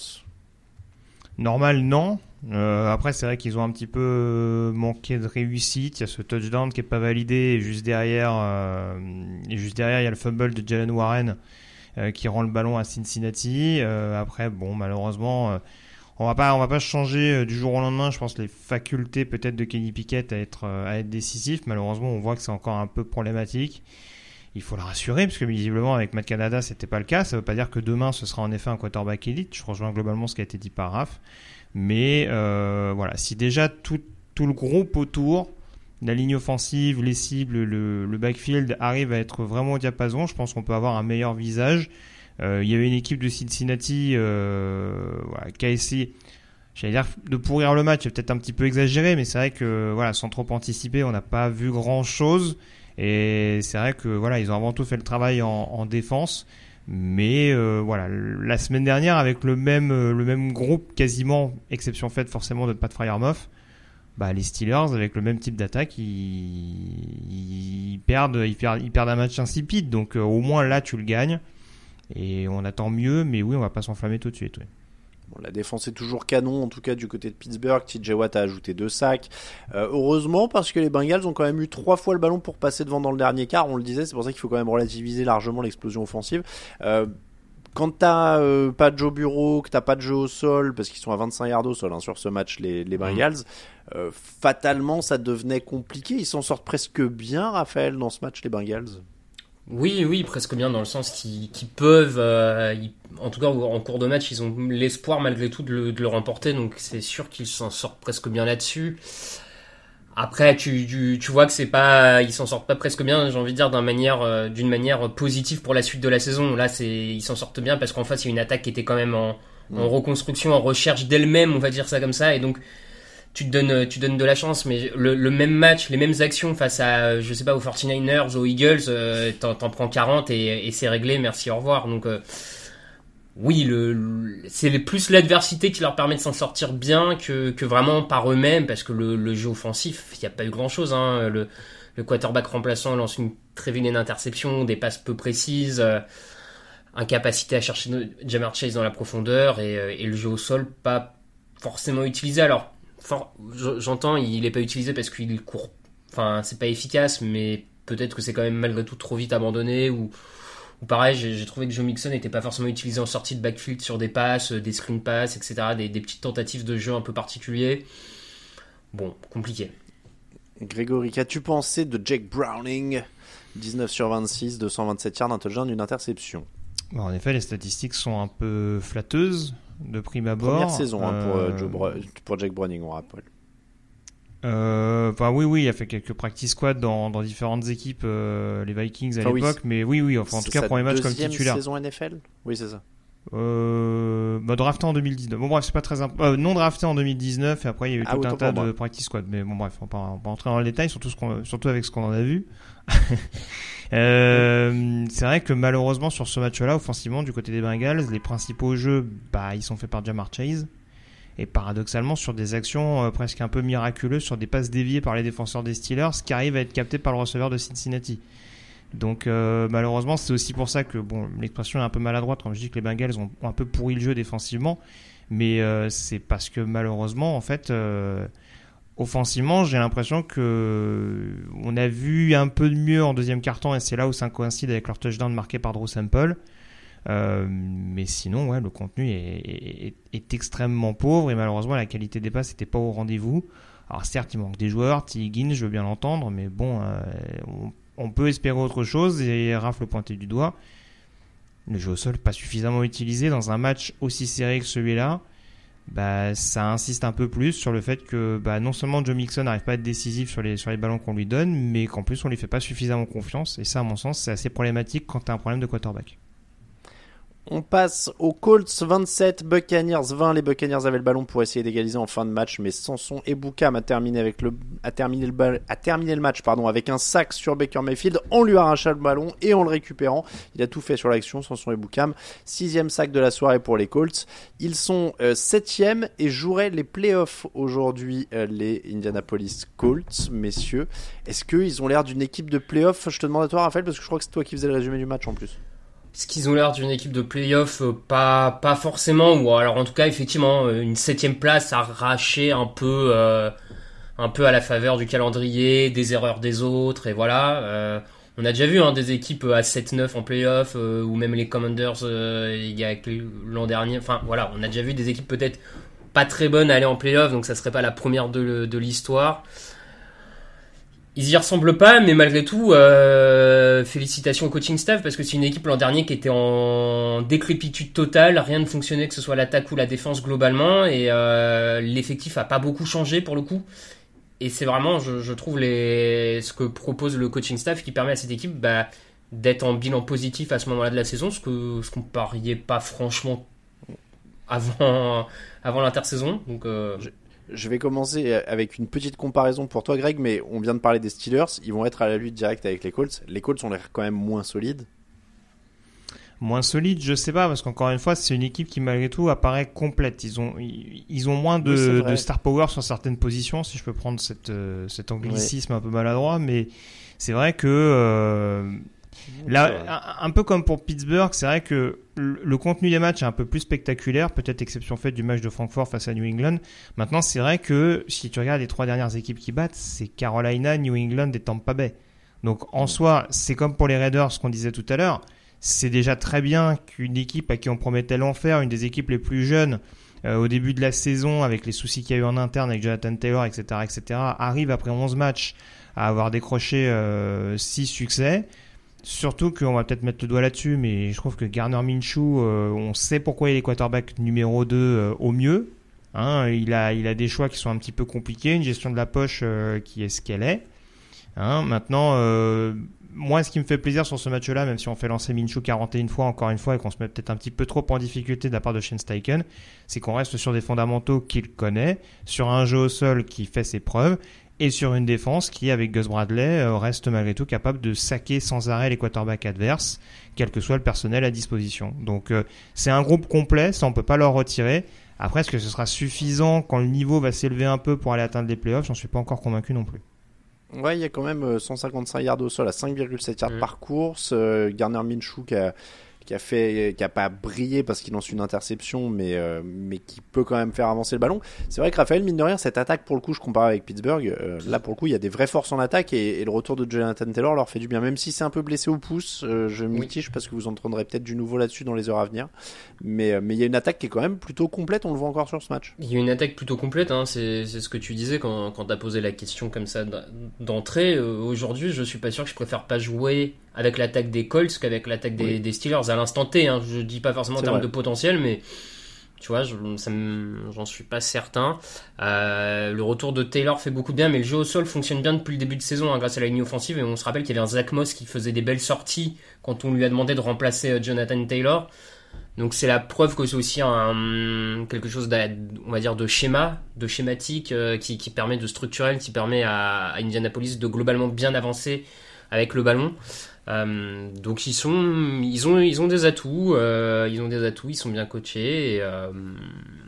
Normal, non. Euh, après, c'est vrai qu'ils ont un petit peu manqué de réussite. Il y a ce touchdown qui est pas validé. Et juste derrière, euh, et juste derrière, il y a le fumble de Jalen Warren euh, qui rend le ballon à Cincinnati. Euh, après, bon, malheureusement, euh, on va pas, on va pas changer euh, du jour au lendemain. Je pense les facultés peut-être de Kenny Pickett à être, euh, à être décisif. Malheureusement, on voit que c'est encore un peu problématique. Il faut le rassurer, parce que visiblement avec Matt Canada c'était pas le cas. Ça veut pas dire que demain ce sera en effet un quarterback élite. Je rejoins globalement ce qui a été dit par Raph. Mais euh, voilà, si déjà tout, tout le groupe autour, la ligne offensive, les cibles, le, le backfield arrive à être vraiment au diapason, je pense qu'on peut avoir un meilleur visage. Euh, il y avait une équipe de Cincinnati euh, voilà, qui a essayé, j'allais dire de pourrir le match, c'est peut-être un petit peu exagéré, mais c'est vrai que voilà, sans trop anticiper, on n'a pas vu grand-chose. Et c'est vrai que voilà, ils ont avant tout fait le travail en, en défense, mais euh, voilà, la semaine dernière avec le même euh, le même groupe quasiment, exception faite forcément de Pat Freiermuth, bah les Steelers avec le même type d'attaque, ils, ils perdent ils perdent ils perdent un match insipide, donc euh, au moins là tu le gagnes et on attend mieux, mais oui, on va pas s'enflammer tout de suite. Oui. Bon, la défense est toujours canon, en tout cas du côté de Pittsburgh. T J Watt a ajouté deux sacs. Euh, heureusement, parce que les Bengals ont quand même eu trois fois le ballon pour passer devant dans le dernier quart. On le disait, c'est pour ça qu'il faut quand même relativiser largement l'explosion offensive. Euh, quand t'as euh, pas de Joe Burrow, que t'as pas de jeu au sol, parce qu'ils sont à vingt-cinq yards au sol hein, sur ce match, les, les Bengals, euh, fatalement ça devenait compliqué. Ils s'en sortent presque bien, Raphaël, dans ce match, les Bengals. Oui, oui, presque bien dans le sens qu'ils, qu'ils peuvent, euh, ils, en tout cas en cours de match, ils ont l'espoir malgré tout de le, de le remporter, donc c'est sûr qu'ils s'en sortent presque bien là-dessus. Après, tu, tu, tu vois que c'est pas, ils s'en sortent pas presque bien, j'ai envie de dire d'une manière, euh, d'une manière positive pour la suite de la saison. Là, c'est, ils s'en sortent bien parce qu'en face, il y a une attaque qui était quand même en, mmh. en reconstruction, en recherche d'elle-même, on va dire ça comme ça, et donc tu te donnes, tu donnes de la chance, mais le, le même match, les mêmes actions face à, je sais pas, aux forty-niners, aux Eagles, euh, t'en, t'en prends quarante et, et c'est réglé, merci, au revoir. Donc, euh, oui, le, le, c'est plus l'adversité qui leur permet de s'en sortir bien que, que vraiment par eux-mêmes, parce que le, le jeu offensif, il n'y a pas eu grand-chose, hein. Le, le quarterback remplaçant lance une très vilaine interception, des passes peu précises, euh, incapacité à chercher Ja'Marr Chase dans la profondeur, et, et le jeu au sol pas forcément utilisé. Alors, For, j'entends, il n'est pas utilisé parce qu'il court, enfin c'est pas efficace, mais peut-être que c'est quand même malgré tout trop vite abandonné, ou, ou pareil, j'ai, j'ai trouvé que Joe Mixon n'était pas forcément utilisé en sortie de backfield sur des passes, des screen passes, et cetera, des, des petites tentatives de jeu un peu particuliers. Bon, compliqué. Grégory, qu'as-tu pensé de Jake Browning, dix-neuf sur vingt-six, deux cent vingt-sept yards, un touchdown, une interception? Bon, en effet, les statistiques sont un peu flatteuses de prime abord. Première saison hein, pour, euh... euh, Joe Bra- pour Jake Browning, on rappelle. Euh, enfin, oui, oui, il a fait quelques practice squads dans, dans différentes équipes, euh, les Vikings à enfin, l'époque, oui, mais oui, oui, enfin, en tout cas, premier match comme titulaire. Deuxième saison N F L ? Oui, c'est ça. Euh, bah, drafté en deux mille dix-neuf. Bon, bref, c'est pas très imp... euh, non drafté en deux mille dix-neuf, et après, il y a eu ah, tout un tas moi. de practice squads. Mais bon, bref, on va pas, on va pas entrer dans le détail, surtout, ce qu'on, surtout avec ce qu'on en a vu. euh, c'est vrai que malheureusement, sur ce match-là, offensivement, du côté des Bengals, les principaux jeux, bah, ils sont faits par Ja'Marr Chase. Et paradoxalement, sur des actions euh, presque un peu miraculeuses, sur des passes déviées par les défenseurs des Steelers, qui arrivent à être captées par le receveur de Cincinnati. Donc euh, malheureusement, c'est aussi pour ça que bon, l'expression est un peu maladroite quand je dis que les Bengals ont, ont un peu pourri le jeu défensivement, mais euh, c'est parce que malheureusement, en fait, euh, offensivement, j'ai l'impression que on a vu un peu de mieux en deuxième quart-temps, et c'est là où ça coïncide avec leur touchdown marqué par Drew Sample. Euh, mais sinon, ouais, le contenu est, est, est extrêmement pauvre et malheureusement, la qualité des passes n'était pas au rendez-vous. Alors certes, il manque des joueurs, T. Higgins, je veux bien l'entendre, mais bon, euh, on, on peut espérer autre chose et Raph le pointait du doigt. Le jeu au sol pas suffisamment utilisé dans un match aussi serré que celui-là. Bah, ça insiste un peu plus sur le fait que bah, non seulement Joe Mixon n'arrive pas à être décisif sur les, sur les ballons qu'on lui donne, mais qu'en plus on lui fait pas suffisamment confiance. Et ça, à mon sens, c'est assez problématique quand tu as un problème de quarterback. On passe aux Colts vingt-sept, Buccaneers vingt. Les Buccaneers avaient le ballon pour essayer d'égaliser en fin de match, mais Samson Ebukam a terminé avec le a terminé le ball, a terminé le match pardon avec un sac sur Baker Mayfield. On lui arracha le ballon et en le récupérant, il a tout fait sur l'action. Samson Ebukam, sixième sac de la soirée pour les Colts. Ils sont euh, septième et joueraient les playoffs aujourd'hui, euh, les Indianapolis Colts, messieurs. Est-ce qu'ils ont l'air d'une équipe de playoffs? Je te demande à toi, Raphaël, parce que je crois que c'est toi qui faisais le résumé du match en plus. Est-ce qu'ils ont l'air d'une équipe de play-off? Pas, pas forcément, ou alors en tout cas effectivement une septième place arrachée un peu, euh, un peu à la faveur du calendrier, des erreurs des autres, et voilà. Euh, on a déjà vu hein, des équipes à sept neuf en play-off, euh, ou même les Commanders euh, il y a l'an dernier. Enfin voilà, on a déjà vu des équipes peut-être pas très bonnes aller en play-off, donc ça serait pas la première de, de l'histoire. Ils y ressemblent pas, mais malgré tout, euh, félicitations au coaching staff, parce que c'est une équipe l'an dernier qui était en décrépitude totale, rien ne fonctionnait, que ce soit l'attaque ou la défense globalement, et euh, l'effectif a pas beaucoup changé pour le coup. Et c'est vraiment, je, je trouve, les, ce que propose le coaching staff qui permet à cette équipe bah, d'être en bilan positif à ce moment-là de la saison, ce que ce qu'on pariait pas franchement avant, avant l'intersaison. Donc euh, je... Je vais commencer avec une petite comparaison pour toi, Greg, mais on vient de parler des Steelers. Ils vont être à la lutte directe avec les Colts. Les Colts ont l'air quand même moins solides. Moins solide, je sais pas, parce qu'encore une fois, c'est une équipe qui malgré tout apparaît complète. Ils ont, ils ont moins de, de star power sur certaines positions, si je peux prendre cette, euh, cet anglicisme oui. un peu maladroit, mais c'est vrai que euh, là, un, un peu comme pour Pittsburgh, c'est vrai que le, le contenu des matchs est un peu plus spectaculaire, peut-être exception faite du match de Francfort face à New England. Maintenant, c'est vrai que si tu regardes les trois dernières équipes qui battent, c'est Carolina, New England et Tampa Bay. Donc en soi, c'est comme pour les Raiders, ce qu'on disait tout à l'heure. C'est déjà très bien qu'une équipe à qui on promettait l'enfer, une des équipes les plus jeunes euh, au début de la saison, avec les soucis qu'il y a eu en interne avec Jonathan Taylor, et cetera, et cetera, arrive après onze matchs à avoir décroché euh, six succès. Surtout qu'on va peut-être mettre le doigt là-dessus, mais je trouve que Gardner Minshew, euh, on sait pourquoi il est quarterback numéro deux euh, au mieux. Hein, il a, il a des choix qui sont un petit peu compliqués, une gestion de la poche euh, qui est ce qu'elle est. Hein, maintenant, euh, moi, ce qui me fait plaisir sur ce match-là, même si on fait lancer Minshew quarante et une fois, encore une fois, et qu'on se met peut-être un petit peu trop en difficulté de la part de Shane Steichen, c'est qu'on reste sur des fondamentaux qu'il connaît, sur un jeu au sol qui fait ses preuves, et sur une défense qui, avec Gus Bradley, reste malgré tout capable de saquer sans arrêt les quarterbacks adverses, quel que soit le personnel à disposition. Donc euh, c'est un groupe complet, ça on peut pas leur retirer. Après, est-ce que ce sera suffisant quand le niveau va s'élever un peu pour aller atteindre les playoffs? J'en suis pas encore convaincu non plus. Ouais, il y a quand même cent cinquante-cinq yards au sol à cinq virgule sept yards mmh. par course. Euh, Gardner Minshew qui a, qui a fait, qui a pas brillé parce qu'il lance une interception, mais euh, mais qui peut quand même faire avancer le ballon. C'est vrai que Raphaël, mine de rien, cette attaque pour le coup, je compare avec Pittsburgh. Euh, là pour le coup, il y a des vraies forces en attaque et, et le retour de Jonathan Taylor leur fait du bien, même si c'est un peu blessé au pouce. Euh, je mitige oui. parce que vous entendrez peut-être du nouveau là-dessus dans les heures à venir. Mais mais il y a une attaque qui est quand même plutôt complète. On le voit encore sur ce match. Il y a une attaque plutôt complète. Hein, c'est c'est ce que tu disais quand quand t'as posé la question comme ça d'entrée. Euh, aujourd'hui, je suis pas sûr que je préfère pas jouer avec l'attaque des Colts qu'avec l'attaque des, oui. des Steelers à l'instant T. Hein. Je dis pas forcément en termes de potentiel, mais tu vois, je, ça me, j'en suis pas certain. Euh, le retour de Taylor fait beaucoup de bien, mais le jeu au sol fonctionne bien depuis le début de saison hein, grâce à la ligne offensive. Et on se rappelle qu'il y avait un Zach Moss qui faisait des belles sorties quand on lui a demandé de remplacer Jonathan Taylor. Donc c'est la preuve que c'est aussi un, quelque chose on va dire de schéma, de schématique euh, qui, qui permet de structurel, qui permet à, à Indianapolis de globalement bien avancer avec le ballon. Euh, donc ils sont, ils ont, ils ont des atouts, euh, ils ont des atouts, ils sont bien coachés et, euh,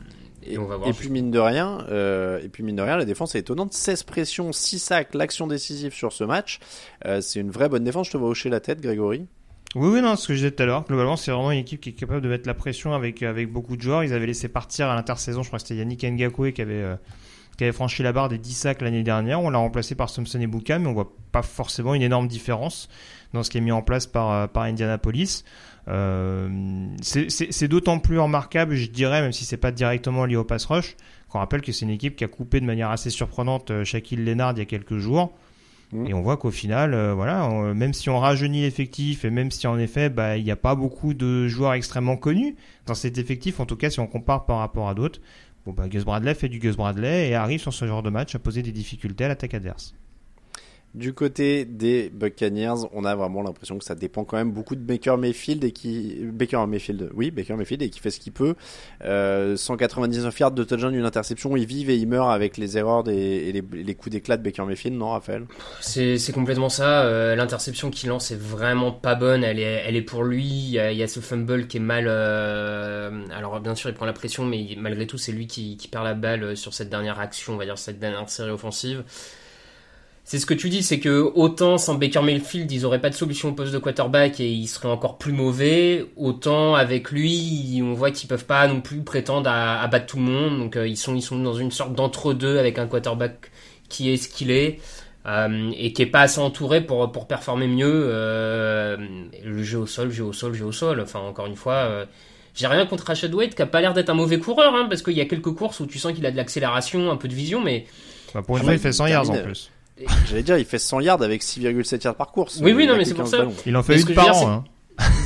Et, on va voir et puis mine de rien, euh, et puis mine de rien, la défense est étonnante. seize pressions, six sacs, l'action décisive sur ce match. Euh, c'est une vraie bonne défense. Je te vois hocher la tête, Grégory. Oui, oui, non, ce que je disais tout à l'heure. Globalement, c'est vraiment une équipe qui est capable de mettre la pression avec avec beaucoup de joueurs. Ils avaient laissé partir à l'intersaison, je crois que c'était Yannick Ngakoue qui avait euh, qui avait franchi la barre des dix sacs l'année dernière. On l'a remplacé par Thompson et Buka, mais on voit pas forcément une énorme différence dans ce qui est mis en place par par Indianapolis. Euh, c'est, c'est, c'est d'autant plus remarquable, je dirais, même si c'est pas directement lié au pass rush, qu'on rappelle que c'est une équipe qui a coupé de manière assez surprenante Shaquille Leonard il y a quelques jours. Mmh. Et on voit qu'au final, euh, voilà, on, même si on rajeunit l'effectif et même si en effet, bah, il n'y a pas beaucoup de joueurs extrêmement connus dans cet effectif, en tout cas si on compare par rapport à d'autres, bon, bah, Gus Bradley fait du Gus Bradley et arrive sur ce genre de match à poser des difficultés à l'attaque adverse. Du côté des Buccaneers, on a vraiment l'impression que ça dépend quand même beaucoup de Baker Mayfield et qui Baker Mayfield, oui Baker Mayfield et qui fait ce qu'il peut. Euh, cent quatre-vingt-dix-neuf yards de touchdown, une interception, ils vivent et ils meurent avec les erreurs des, et les, les coups d'éclat de Baker Mayfield, non Raphaël? C'est, c'est complètement ça. Euh, l'interception qu'il lance est vraiment pas bonne. Elle est, elle est pour lui. Il y a, il y a ce fumble qui est mal. Euh... Alors bien sûr, il prend la pression, mais malgré tout, c'est lui qui, qui perd la balle sur cette dernière action, on va dire cette dernière série offensive. C'est ce que tu dis, c'est que autant sans Baker Mayfield, ils auraient pas de solution au poste de quarterback et ils seraient encore plus mauvais, autant avec lui, on voit qu'ils peuvent pas non plus prétendre à, à battre tout le monde. Donc euh, ils sont ils sont dans une sorte d'entre-deux avec un quarterback qui est ce qu'il est euh, et qui est pas assez entouré pour pour performer mieux. Euh, le jeu au sol, jeu au sol, jeu au sol. Enfin encore une fois. Euh, J'ai rien contre Rashad White qui a pas l'air d'être un mauvais coureur, hein, parce qu'il y a quelques courses où tu sens qu'il a de l'accélération, un peu de vision, mais bah pour une fois il fait cent yards en plus. J'allais dire, il fait cent yards avec six virgule sept yards par course. Oui, oui, non, mais c'est pour ça. Ballons. Il en fait une par an. Hein.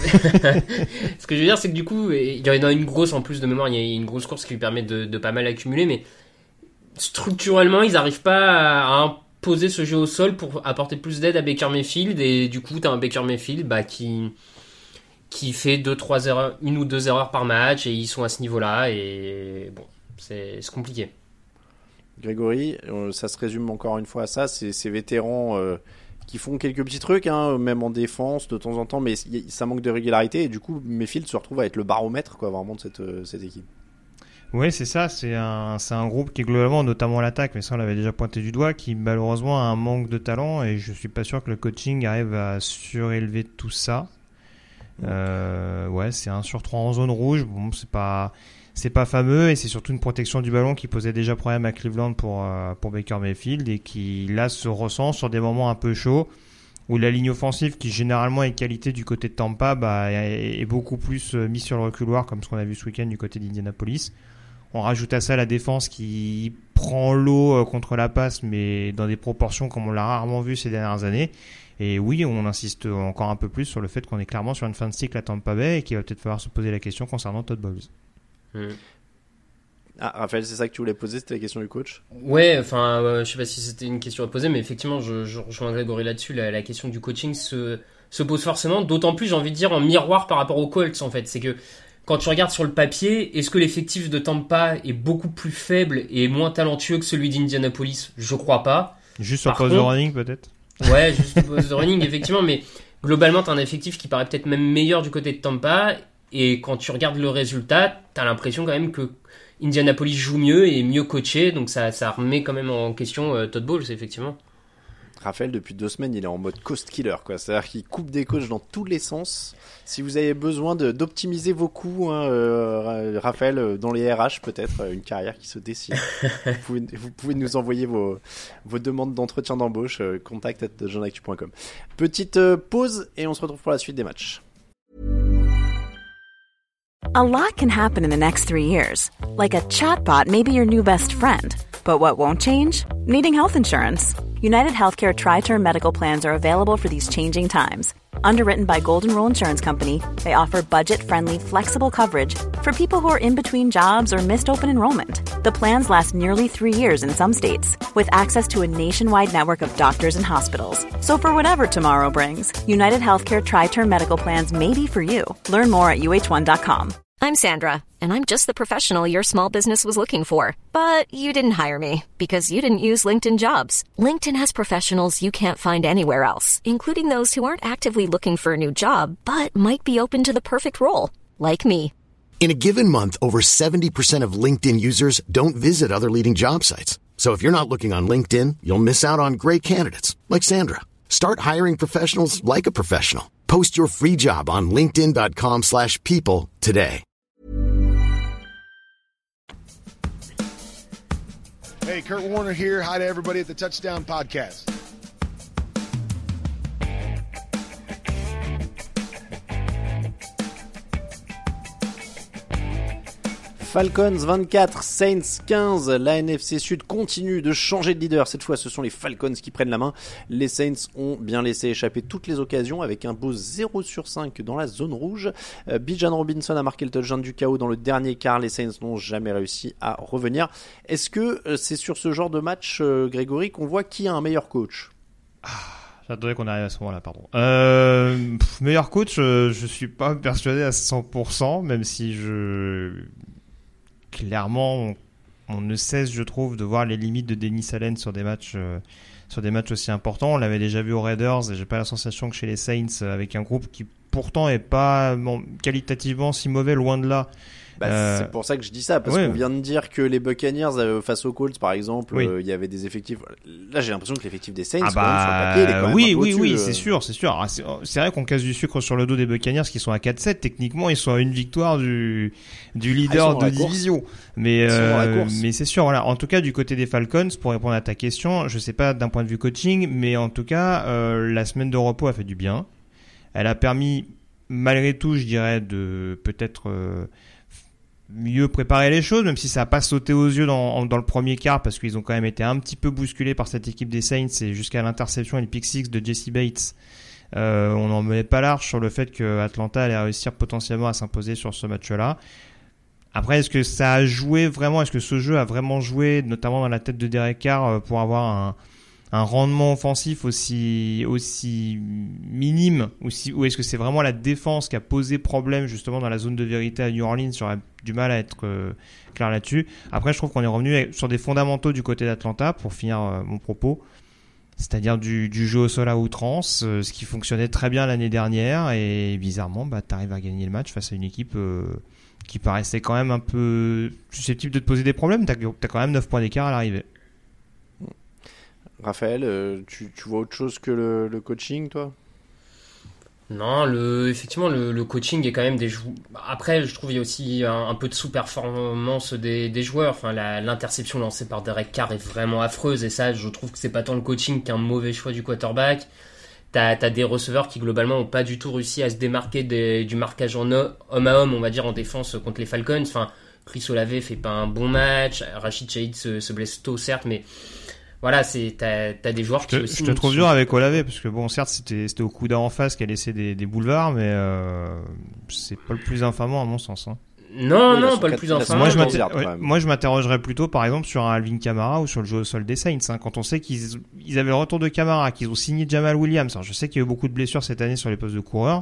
Ce que je veux dire, c'est que du coup, il y en a une grosse en plus de mémoire. Il y a une grosse course qui lui permet de, de pas mal accumuler, mais structurellement, ils n'arrivent pas à imposer ce jeu au sol pour apporter plus d'aide à Baker Mayfield. Et du coup, t'as un Baker Mayfield bah, qui qui fait deux, trois erreurs, une ou deux erreurs par match, et ils sont à ce niveau-là. Et bon, c'est, c'est compliqué. Grégory, euh, ça se résume encore une fois à ça, c'est ces vétérans euh, qui font quelques petits trucs, hein, même en défense de temps en temps, mais y, ça manque de régularité et du coup Mayfield se retrouve à être le baromètre quoi, vraiment de cette, euh, cette équipe. Oui, c'est ça, c'est un, c'est un groupe qui globalement, notamment l'attaque, mais ça on l'avait déjà pointé du doigt, qui malheureusement a un manque de talent et je suis pas sûr que le coaching arrive à surélever tout ça. Euh, ouais, c'est un sur trois en zone rouge, bon c'est pas... C'est pas fameux et c'est surtout une protection du ballon qui posait déjà problème à Cleveland pour, euh, pour Baker Mayfield et qui là se ressent sur des moments un peu chauds où la ligne offensive qui généralement est qualité du côté de Tampa bah, est, est beaucoup plus mise sur le reculoir comme ce qu'on a vu ce week-end du côté d'Indianapolis. On rajoute à ça la défense qui prend l'eau contre la passe mais dans des proportions comme on l'a rarement vu ces dernières années. Et oui, on insiste encore un peu plus sur le fait qu'on est clairement sur une fin de cycle à Tampa Bay et qu'il va peut-être falloir se poser la question concernant Todd Bowles. Mmh. Ah, Raphaël, c'est ça que tu voulais poser, c'était la question du coach? Ouais, enfin, euh, je sais pas si c'était une question à poser, mais effectivement, je, je rejoins Grégory là-dessus. La, la question du coaching se, se pose forcément, d'autant plus, j'ai envie de dire, en miroir par rapport aux Colts, en fait. C'est que quand tu regardes sur le papier, est-ce que l'effectif de Tampa est beaucoup plus faible et moins talentueux que celui d'Indianapolis? Je crois pas. Juste sur poste de running, peut-être? Ouais, juste sur poste de running, effectivement, mais globalement, t'as un effectif qui paraît peut-être même meilleur du côté de Tampa. Et quand tu regardes le résultat, t'as l'impression quand même que Indianapolis joue mieux et mieux coaché, donc ça, ça remet quand même en question euh, Todd Bowles, effectivement. Raphaël, depuis deux semaines, il est en mode cost killer, quoi. C'est-à-dire qu'il coupe des coachs dans tous les sens. Si vous avez besoin de, d'optimiser vos coûts, hein, euh, Raphaël, dans les R H, peut-être, une carrière qui se dessine. vous, pouvez, vous pouvez nous envoyer vos, vos demandes d'entretien d'embauche, euh, contact arobase jeune actu point com. Petite euh, pause et on se retrouve pour la suite des matchs. A lot can happen in the next three years. Like a chatbot may be your new best friend. But what won't change? Needing health insurance. United Healthcare Tri-Term Medical Plans are available for these changing times. Underwritten by Golden Rule Insurance Company, they offer budget-friendly, flexible coverage for people who are in between jobs or missed open enrollment. The plans last nearly three years in some states, with access to a nationwide network of doctors and hospitals. So for whatever tomorrow brings, United Healthcare Tri-Term Medical Plans may be for you. Learn more at U H one dot com. I'm Sandra, and I'm just the professional your small business was looking for. But you didn't hire me, because you didn't use LinkedIn Jobs. LinkedIn has professionals you can't find anywhere else, including those who aren't actively looking for a new job, but might be open to the perfect role, like me. In a given month, over seventy percent of LinkedIn users don't visit other leading job sites. So if you're not looking on LinkedIn, you'll miss out on great candidates like Sandra. Start hiring professionals like a professional. Post your free job on linkedin.com slash people today. Hey, Kurt Warner here. Hi to everybody at the Touchdown Podcast. Falcons vingt-quatre, Saints quinze, la N F C Sud continue de changer de leader. Cette fois, ce sont les Falcons qui prennent la main. Les Saints ont bien laissé échapper toutes les occasions avec un beau zéro sur cinq dans la zone rouge. Euh, Bijan Robinson a marqué le touchdown du chaos dans le dernier quart. Les Saints n'ont jamais réussi à revenir. Est-ce que euh, c'est sur ce genre de match, euh, Grégory, qu'on voit qui a un meilleur coach ? Ah. J'attendais qu'on arrive à ce moment-là, pardon. Euh, pff, meilleur coach, euh, je suis pas persuadé à cent pour cent, même si je... Clairement, on, on ne cesse, je trouve, de voir les limites de Dennis Allen sur des matchs, euh, sur des matchs aussi importants. On l'avait déjà vu aux Raiders et j'ai pas la sensation que chez les Saints, avec un groupe qui pourtant est pas bon, qualitativement si mauvais, loin de là. Bah, euh, c'est pour ça que je dis ça, parce ouais. qu'on vient de dire que les Buccaneers euh, face aux Colts, par exemple, il oui. euh, y avait des effectifs. Là, j'ai l'impression que l'effectif des Saints, ah bah, quand même, sur le papier, il est quand même oui, un peu oui, au-dessus, oui, euh... c'est sûr, c'est sûr. Alors, c'est, c'est vrai qu'on casse du sucre sur le dos des Buccaneers qui sont à quatre sept. Techniquement, ils sont à une victoire du du leader ah, de division. Mais euh, mais c'est sûr, voilà. En tout cas, du côté des Falcons, pour répondre à ta question, je sais pas d'un point de vue coaching, mais en tout cas, euh, la semaine de repos a fait du bien. Elle a permis, malgré tout, je dirais, de peut-être euh, mieux préparer les choses, même si ça n'a pas sauté aux yeux dans, dans le premier quart, parce qu'ils ont quand même été un petit peu bousculés par cette équipe des Saints, et jusqu'à l'interception et le pick six de Jesse Bates, euh, on n'en menait pas large sur le fait que Atlanta allait réussir potentiellement à s'imposer sur ce match-là. Après, est-ce que ça a joué vraiment, est-ce que ce jeu a vraiment joué, notamment dans la tête de Derek Carr, pour avoir un un rendement offensif aussi aussi minime, aussi, ou est-ce que c'est vraiment la défense qui a posé problème justement dans la zone de vérité à New Orleans? J'aurais du mal à être euh, clair là-dessus. Après, je trouve qu'on est revenu sur des fondamentaux du côté d'Atlanta, pour finir euh, mon propos, c'est-à-dire du, du jeu au sol à outrance, euh, ce qui fonctionnait très bien l'année dernière, et bizarrement, bah, t'arrives à gagner le match face à une équipe euh, qui paraissait quand même un peu susceptible de te poser des problèmes. T'as, t'as quand même neuf points d'écart à l'arrivée. Raphaël, euh, tu, tu vois autre chose que le, le coaching, toi ? Non, le, effectivement, le, le coaching est quand même des joueurs. Après, je trouve qu'il y a aussi un, un peu de sous-performance des, des joueurs. Enfin, la, l'interception lancée par Derek Carr est vraiment affreuse, et ça, je trouve que c'est pas tant le coaching qu'un mauvais choix du quarterback. T'as, t'as des receveurs qui, globalement, ont pas du tout réussi à se démarquer des, du marquage en homme à homme, on va dire, en défense contre les Falcons. Enfin, Chris Olave fait pas un bon match. Rashid Shaheed se, se blesse tôt, certes, mais voilà, c'est, t'as, t'as des joueurs je te, qui aussi... Je te trouve dur avec Olave, parce que bon, certes, c'était, c'était au Couda en face qui a laissé des, des boulevards, mais euh, c'est pas le plus infamant à mon sens. Hein. Non, oui, non, pas le plus infamant. Moi, je m'inter... ouais, moi, je m'interrogerais plutôt, par exemple, sur un Alvin Kamara ou sur le jeu au sol des Saints. Hein, quand on sait qu'ils ils avaient le retour de Kamara, qu'ils ont signé Jamal Williams. Alors, je sais qu'il y a eu beaucoup de blessures cette année sur les postes de coureurs,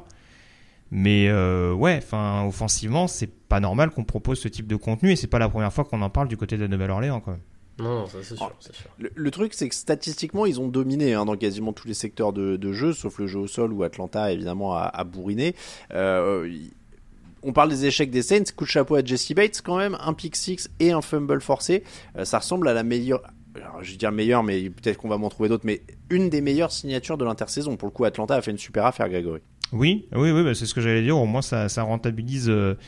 mais euh, ouais, enfin, offensivement, c'est pas normal qu'on propose ce type de contenu, et c'est pas la première fois qu'on en parle du côté de la Nouvelle-Orléans, quand même. Non, ça c'est sûr, oh, c'est sûr. Le, le truc, c'est que statistiquement, ils ont dominé hein, dans quasiment tous les secteurs de, de jeu, sauf le jeu au sol où Atlanta, évidemment, a, a bourriné. Euh, on parle des échecs des Saints, coup de chapeau à Jesse Bates quand même, un pick six et un fumble forcé. Euh, ça ressemble à la meilleure... Alors, je vais dire meilleure, mais peut-être qu'on va m'en trouver d'autres, mais une des meilleures signatures de l'intersaison. Pour le coup, Atlanta a fait une super affaire, Grégory. Oui, oui, oui, bah c'est ce que j'allais dire. Au moins, ça, ça rentabilise euh,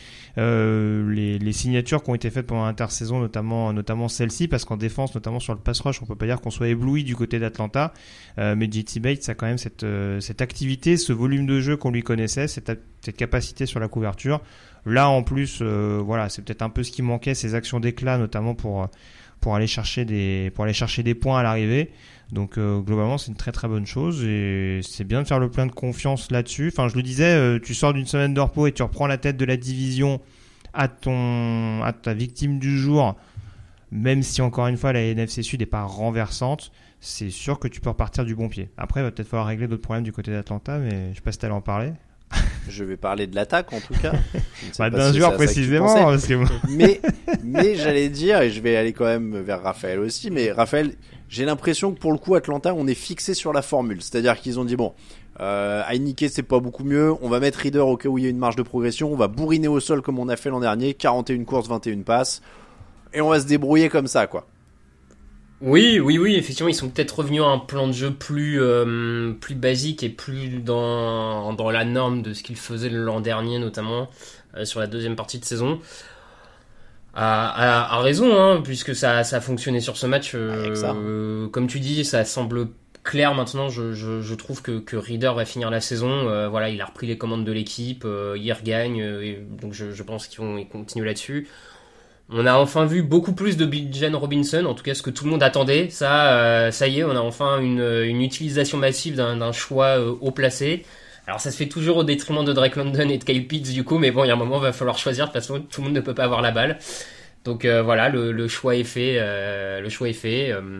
euh, les, les signatures qui ont été faites pendant l'intersaison, notamment, notamment celle-ci, parce qu'en défense, notamment sur le pass rush, on peut pas dire qu'on soit ébloui du côté d'Atlanta. Euh, mais J T Bates a quand même cette, euh, cette activité, ce volume de jeu qu'on lui connaissait, cette, cette capacité sur la couverture. Là, en plus, euh, voilà, c'est peut-être un peu ce qui manquait, ces actions d'éclat, notamment pour pour aller chercher des pour aller chercher des points à l'arrivée. Donc euh, globalement, c'est une très très bonne chose, et c'est bien de faire le plein de confiance là-dessus. Enfin, je le disais, euh, tu sors d'une semaine de repos et tu reprends la tête de la division à ton à ta victime du jour, même si encore une fois la N F C Sud n'est pas renversante, c'est sûr que tu peux repartir du bon pied. Après, il va peut-être falloir régler d'autres problèmes du côté d'Atlanta, mais je sais pas si t'allais en parler. Je vais parler de l'attaque en tout cas. Bah, d'un joueur précisément. Parce que... mais, mais j'allais dire, et je vais aller quand même vers Raphaël aussi, mais Raphaël, j'ai l'impression que pour le coup, Atlanta, on est fixé sur la formule. C'est-à-dire qu'ils ont dit, bon, Euh, Heineke, c'est pas beaucoup mieux. On va mettre Reader au cas où il y a une marge de progression. On va bourriner au sol comme on a fait l'an dernier. quarante et une courses, vingt et une passes. Et on va se débrouiller comme ça, quoi. Oui, oui, oui, effectivement, ils sont peut-être revenus à un plan de jeu plus, euh, plus basique et plus dans, dans la norme de ce qu'ils faisaient l'an dernier, notamment euh, sur la deuxième partie de saison. À, à, à raison, hein, puisque ça, ça a fonctionné sur ce match. Euh, ça. euh, comme tu dis, ça semble clair maintenant. Je, je, je trouve que, que Reader va finir la saison. Euh, voilà, il a repris les commandes de l'équipe, euh, il regagne, euh, et donc je, je pense qu'ils vont ils continuent là-dessus. On a enfin vu beaucoup plus de Bijan Robinson, en tout cas ce que tout le monde attendait. Ça, euh, ça y est, on a enfin une, une utilisation massive d'un, d'un choix euh, haut placé. Alors ça se fait toujours au détriment de Drake London et de Kyle Pitts du coup, mais bon, il y a un moment, il va falloir choisir, de toute façon, tout le monde ne peut pas avoir la balle. Donc euh, voilà, le, le choix est fait. Euh, le choix est fait. Euh...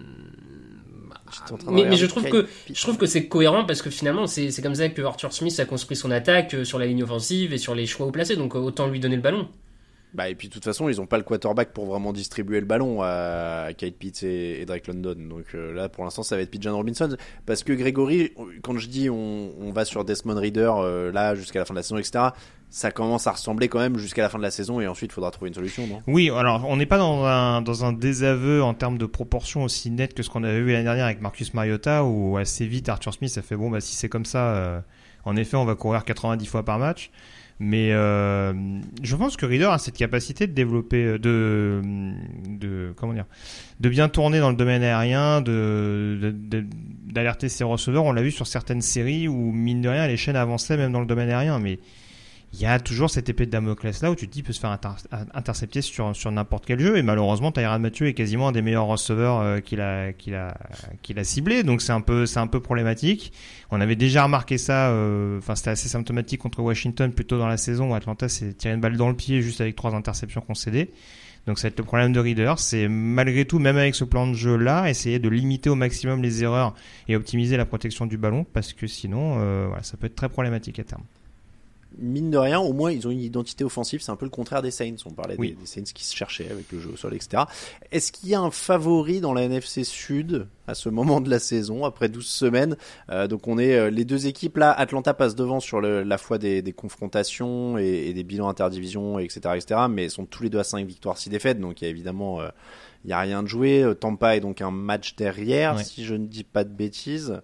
Mais, mais je trouve que je trouve que c'est cohérent parce que finalement c'est c'est comme ça que Arthur Smith a construit son attaque sur la ligne offensive et sur les choix haut placés. Donc autant lui donner le ballon. Bah et puis de toute façon ils ont pas le quarterback pour vraiment distribuer le ballon à, à Kyle Pitts et, et Drake London, donc euh, là pour l'instant ça va être Bijan Robinson, parce que Grégory, quand je dis on, on va sur Desmond Reader euh, là jusqu'à la fin de la saison, etc., ça commence à ressembler quand même jusqu'à la fin de la saison et ensuite il faudra trouver une solution, non? Oui, alors on n'est pas dans un, dans un désaveu en termes de proportion aussi net que ce qu'on avait vu l'année dernière avec Marcus Mariota, où assez vite Arthur Smith a fait bon bah si c'est comme ça, euh, en effet on va courir quatre-vingt-dix fois par match. Mais euh, je pense que Reader a cette capacité de développer, de, de comment dire, de bien tourner dans le domaine aérien, de, de, de d'alerter ses receveurs. On l'a vu sur certaines séries où mine de rien les chaînes avançaient même dans le domaine aérien. Mais il y a toujours cette épée de Damoclès là où tu te dis il peut se faire inter- intercepter sur sur n'importe quel jeu. Et malheureusement Tyrann Mathieu est quasiment un des meilleurs receveurs euh, qu'il a qu'il a qu'il a ciblé. Donc c'est un peu c'est un peu problématique. On avait déjà remarqué ça, enfin euh, c'était assez symptomatique contre Washington plus tôt dans la saison où Atlanta s'est tiré une balle dans le pied juste avec trois interceptions concédées. Donc ça va être le problème de Reader, c'est malgré tout, même avec ce plan de jeu là, essayer de limiter au maximum les erreurs et optimiser la protection du ballon, parce que sinon euh, voilà, ça peut être très problématique à terme. Mine de rien, au moins ils ont une identité offensive, c'est un peu le contraire des Saints. On parlait oui. des, des Saints qui se cherchaient avec le jeu au sol, et cetera. Est-ce qu'il y a un favori dans la N F C Sud à ce moment de la saison, après douze semaines? euh, Donc on est euh, les deux équipes là, Atlanta passe devant sur le, la fois des, des confrontations et, et des bilans interdivision, et cetera, et cetera. Mais ils sont tous les deux à cinq victoires, six défaites, donc il y a évidemment euh, il y a rien de joué. Tampa est donc un match derrière, ouais. Si je ne dis pas de bêtises.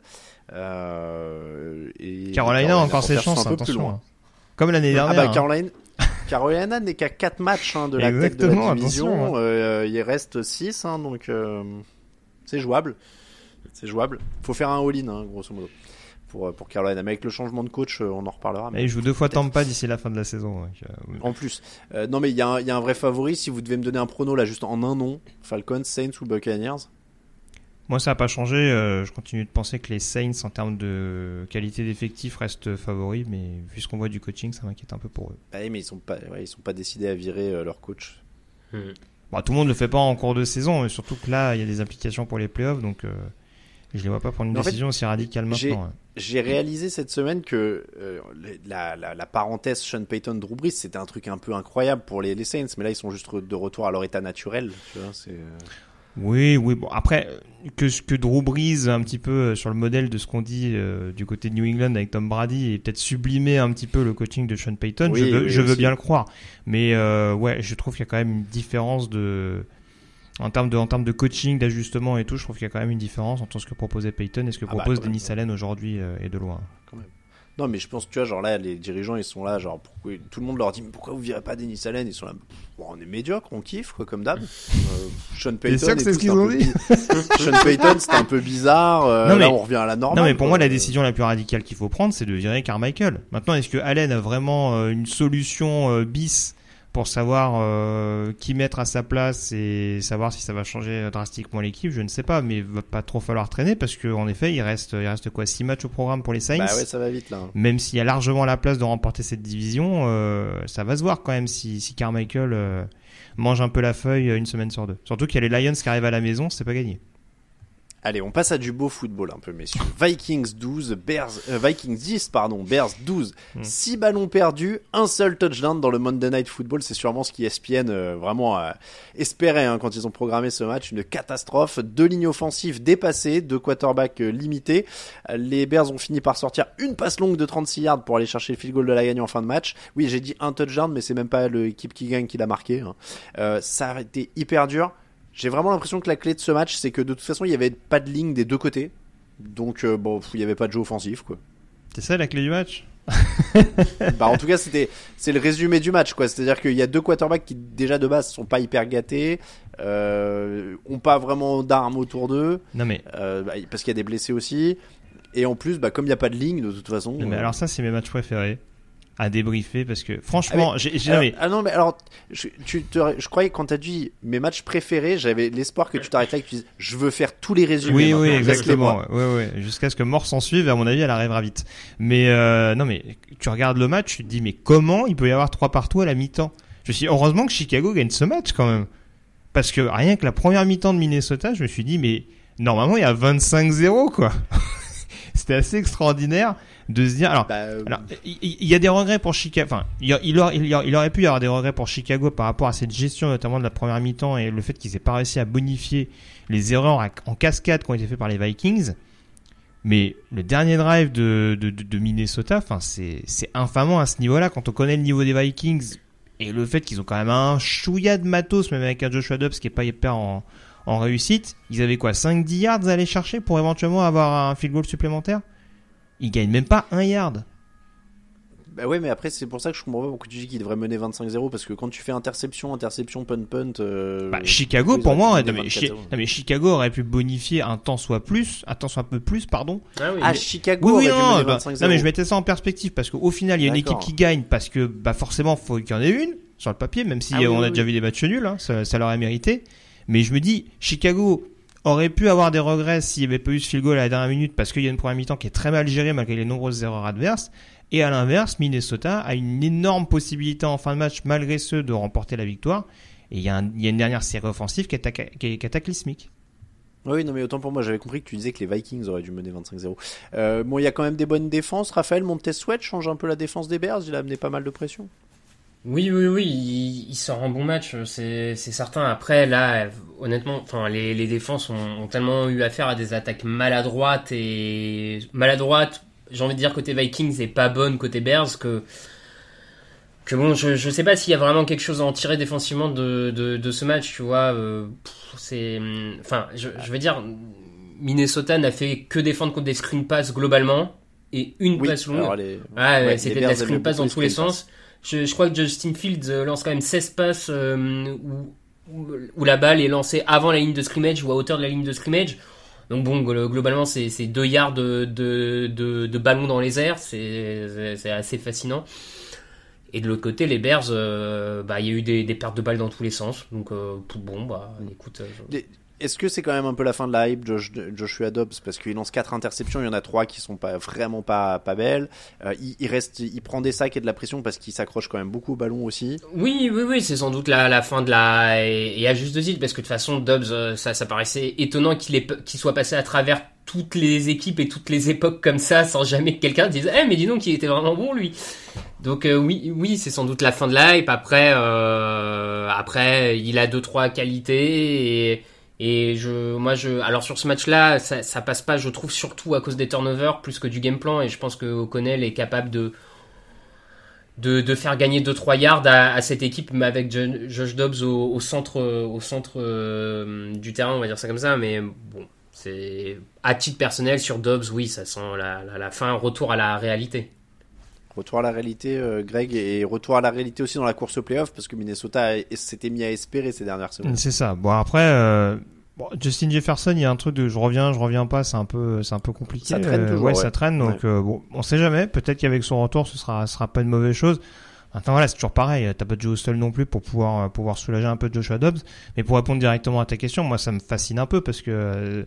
Euh, et Carolina a encore ses chances, attention. Comme l'année dernière. Ah bah Caroline, Carolina n'est qu'à quatre matchs hein, de la tête de la division. Ouais. Euh, il reste six, hein, donc euh, c'est jouable. C'est jouable. Faut faire un all-in, hein, grosso modo, pour pour Carolina. Mais avec le changement de coach, on en reparlera. Mais il joue deux fois Tampa d'ici la fin de la saison. Donc, euh... En plus, euh, non mais il y a un, il y a un vrai favori. Si vous devez me donner un prono là, juste en un nom, Falcons, Saints ou Buccaneers? Moi, ça n'a pas changé. Euh, je continue de penser que les Saints, en termes de qualité d'effectif, restent favoris. Mais vu ce qu'on voit du coaching, ça m'inquiète un peu pour eux. Bah oui, mais ils sont pas, ouais, ils sont pas décidés à virer euh, leur coach. Hmm. Bon, tout le monde ne le fait pas en cours de saison, mais surtout que là, il y a des implications pour les playoffs, donc euh, je les vois pas prendre une en décision fait, aussi radicale maintenant. J'ai, ouais. j'ai réalisé cette semaine que euh, la, la, la parenthèse Sean Payton, Drew Brees, c'était un truc un peu incroyable pour les, les Saints, mais là, ils sont juste de retour à leur état naturel. Tu vois, c'est. Euh... Oui, oui. Bon, après que que Drew Brees un petit peu sur le modèle de ce qu'on dit euh, du côté de New England avec Tom Brady et peut-être sublimer un petit peu le coaching de Sean Payton, oui, je veux, oui, je veux bien le croire. Mais euh, ouais, je trouve qu'il y a quand même une différence de en termes de en termes de coaching, d'ajustement et tout. Je trouve qu'il y a quand même une différence entre ce que proposait Payton et ce que ah propose bah, Dennis Allen aujourd'hui euh, et de loin. Quand même. Non, mais je pense, tu vois, genre là, les dirigeants, ils sont là, genre, pourquoi, tout le monde leur dit, mais pourquoi vous virez pas Dennis Allen? Ils sont là, bon, on est médiocre, on kiffe, quoi, comme d'hab. Euh, Sean Payton. C'est sûr que c'est ce qu'ils ont dit. Sean Payton, c'était un peu bizarre, euh, non, mais, là, on revient à la normale. Non, mais pour quoi. moi, la décision la plus radicale qu'il faut prendre, c'est de virer Carmichael. Maintenant, est-ce que Allen a vraiment euh, une solution euh, bis pour savoir euh, qui mettre à sa place et savoir si ça va changer drastiquement l'équipe, je ne sais pas, mais il va pas trop falloir traîner parce que en effet, il reste il reste quoi six matchs au programme pour les Saints. Bah ouais, ça va vite là. Même s'il y a largement la place de remporter cette division, euh, ça va se voir quand même si si Carmichael euh, mange un peu la feuille une semaine sur deux. Surtout qu'il y a les Lions qui arrivent à la maison, c'est pas gagné. Allez, on passe à du beau football un peu, messieurs. Vikings douze, Bears, euh, Vikings dix, pardon, Bears douze. Mm. six ballons perdus, un seul touchdown dans le Monday Night Football. C'est sûrement ce qui E S P N euh, vraiment euh, espérait hein, quand ils ont programmé ce match. Une catastrophe. Deux lignes offensives dépassées, deux quarterbacks euh, limités. Euh, les Bears ont fini par sortir une passe longue de trente-six yards pour aller chercher le field goal de la gagne en fin de match. Oui, j'ai dit un touchdown, mais c'est même pas l'équipe qui gagne qui l'a marqué. Hein. Euh, ça a été hyper dur. J'ai vraiment l'impression que la clé de ce match, c'est que de toute façon, il n'y avait pas de ligne des deux côtés. Donc, euh, bon, il n'y avait pas de jeu offensif, quoi. C'est ça la clé du match? Bah, en tout cas, c'était, c'est le résumé du match, quoi. C'est-à-dire qu'il y a deux quarterbacks qui, déjà de base, sont pas hyper gâtés, euh, ont pas vraiment d'armes autour d'eux. Non, mais. Euh, bah, parce qu'il y a des blessés aussi. Et en plus, bah, comme il n'y a pas de ligne, de toute façon. Non, mais euh... alors, ça, c'est mes matchs préférés. À débriefer parce que franchement, ah, j'ai, j'ai alors, jamais... ah non mais alors je, tu te, je croyais que quand t'as dit mes matchs préférés, j'avais l'espoir que tu t'arrêtes là et que tu dises je veux faire tous les résumés. Oui oui exactement. Oui oui jusqu'à ce que mort s'en suive. À mon avis, elle arrivera vite. Mais euh, non mais tu regardes le match, tu te dis mais comment il peut y avoir trois partout à la mi-temps? Je me suis dit, heureusement que Chicago gagne ce match quand même parce que rien que la première mi-temps de Minnesota, je me suis dit mais normalement il y a vingt-cinq zéro quoi. C'était assez extraordinaire de se dire alors bah, euh... alors il y, y a des regrets pour Chicago, enfin il, il, aurait, il, il aurait pu y avoir des regrets pour Chicago par rapport à cette gestion notamment de la première mi-temps et le fait qu'ils aient pas réussi à bonifier les erreurs en cascade qui ont été faites par les Vikings. Mais le dernier drive de, de, de, de Minnesota, enfin c'est, c'est infamant à ce niveau-là quand on connaît le niveau des Vikings et le fait qu'ils ont quand même un chouïa de matos même avec un Joshua Dobbs qui est pas hyper en en réussite. Ils avaient quoi, cinq dix yards à aller chercher pour éventuellement avoir un field goal supplémentaire. Ils gagnent même pas un yard. Bah ouais, mais après, c'est pour ça que je comprends pas pourquoi tu dis qu'ils devraient mener vingt-cinq zéro parce que quand tu fais interception, interception, punt, punt. Euh, bah, Chicago, pour moi, non mais, chi- non mais Chicago aurait pu bonifier un temps soit plus, un temps soit un peu plus, pardon. Ah, oui, ah mais... Chicago oui, oui, aurait non, dû mener bah, vingt-cinq zéro. Non, mais je mettais ça en perspective parce qu'au final, il y a une D'accord. équipe qui gagne parce que, bah, forcément, faut qu'il y en ait une sur le papier, même si ah, oui, on oui, a oui. déjà vu des matchs nuls, hein, ça, ça l'aurait mérité. Mais je me dis, Chicago aurait pu avoir des regrets s'il n'y avait pas eu ce field goal à la dernière minute parce qu'il y a une première mi-temps qui est très mal gérée malgré les nombreuses erreurs adverses. Et à l'inverse, Minnesota a une énorme possibilité en fin de match, malgré ceux, de remporter la victoire. Et il y a, un, il y a une dernière série offensive qui est, ta- qui est cataclysmique. Oui, non mais autant pour moi, j'avais compris que tu disais que les Vikings auraient dû mener vingt-cinq zéro. Euh, bon, il y a quand même des bonnes défenses. Raphaël Montez-Sweat change un peu la défense des Bears. Il a amené pas mal de pression. Oui, oui, oui, il, il sort un bon match, c'est, c'est certain. Après, là, honnêtement, enfin, les, les défenses ont, ont tellement eu affaire à des attaques maladroites et maladroites, j'ai envie de dire côté Vikings et pas bonnes côté Bears que que bon, je je sais pas s'il y a vraiment quelque chose à en tirer défensivement de de, de ce match, tu vois. Euh, pff, c'est, enfin, je, je veux dire, Minnesota n'a fait que défendre contre des screen pass globalement et une oui, passe longue. Les... Ouais, ouais, c'était de la screen pass dans tous les sens. Je, je crois que Justin Fields lance quand même seize passes euh, où, où, où la balle est lancée avant la ligne de scrimmage ou à hauteur de la ligne de scrimmage. Donc bon, globalement, c'est, c'est deux yards de, de, de, de ballon dans les airs. C'est, c'est, c'est assez fascinant. Et de l'autre côté, les Bears, euh, bah, il y a eu des, des pertes de balles dans tous les sens. Donc euh, bon, bah, écoute... Euh, je... Est-ce que c'est quand même un peu la fin de la hype, Josh, Joshua Dobbs, parce qu'il lance quatre interceptions, il y en a trois qui sont pas vraiment pas pas belles. Euh, il, il reste, il prend des sacs et de la pression parce qu'il s'accroche quand même beaucoup au ballon aussi. Oui, oui, oui, c'est sans doute la, la fin de la et, et à juste titre parce que de toute façon Dobbs, ça, ça paraissait étonnant qu'il ait, qu'il soit passé à travers toutes les équipes et toutes les époques comme ça sans jamais que quelqu'un dise, eh mais dis donc, il était vraiment bon lui. Donc euh, oui, oui, c'est sans doute la fin de la hype. Après, euh, après, il a deux trois qualités et Et je, moi, je, alors sur ce match-là, ça, ça passe pas, je trouve, surtout à cause des turnovers plus que du game plan. Et je pense que O'Connell est capable de, de, de faire gagner deux trois yards à, à cette équipe, mais avec Josh Dobbs au, au centre, au centre euh, du terrain, on va dire ça comme ça. Mais bon, c'est à titre personnel sur Dobbs, oui, ça sent la, la, la fin, retour à la réalité. Retour à la réalité, euh, Greg, et retour à la réalité aussi dans la course au playoff, parce que Minnesota a, s'était mis à espérer ces dernières semaines. C'est ça. Bon, après, euh, bon, Justin Jefferson, il y a un truc de je reviens, je reviens pas, c'est un peu, c'est un peu compliqué. Ça traîne toujours. Euh, ouais, ouais, ça traîne, donc ouais. euh, bon, on sait jamais. Peut-être qu'avec son retour, ce sera, ce sera pas une mauvaise chose. Maintenant, voilà, c'est toujours pareil. T'as pas de Joe Hostel non plus pour pouvoir, pouvoir soulager un peu de Joshua Dobbs. Mais pour répondre directement à ta question, moi, ça me fascine un peu parce que euh,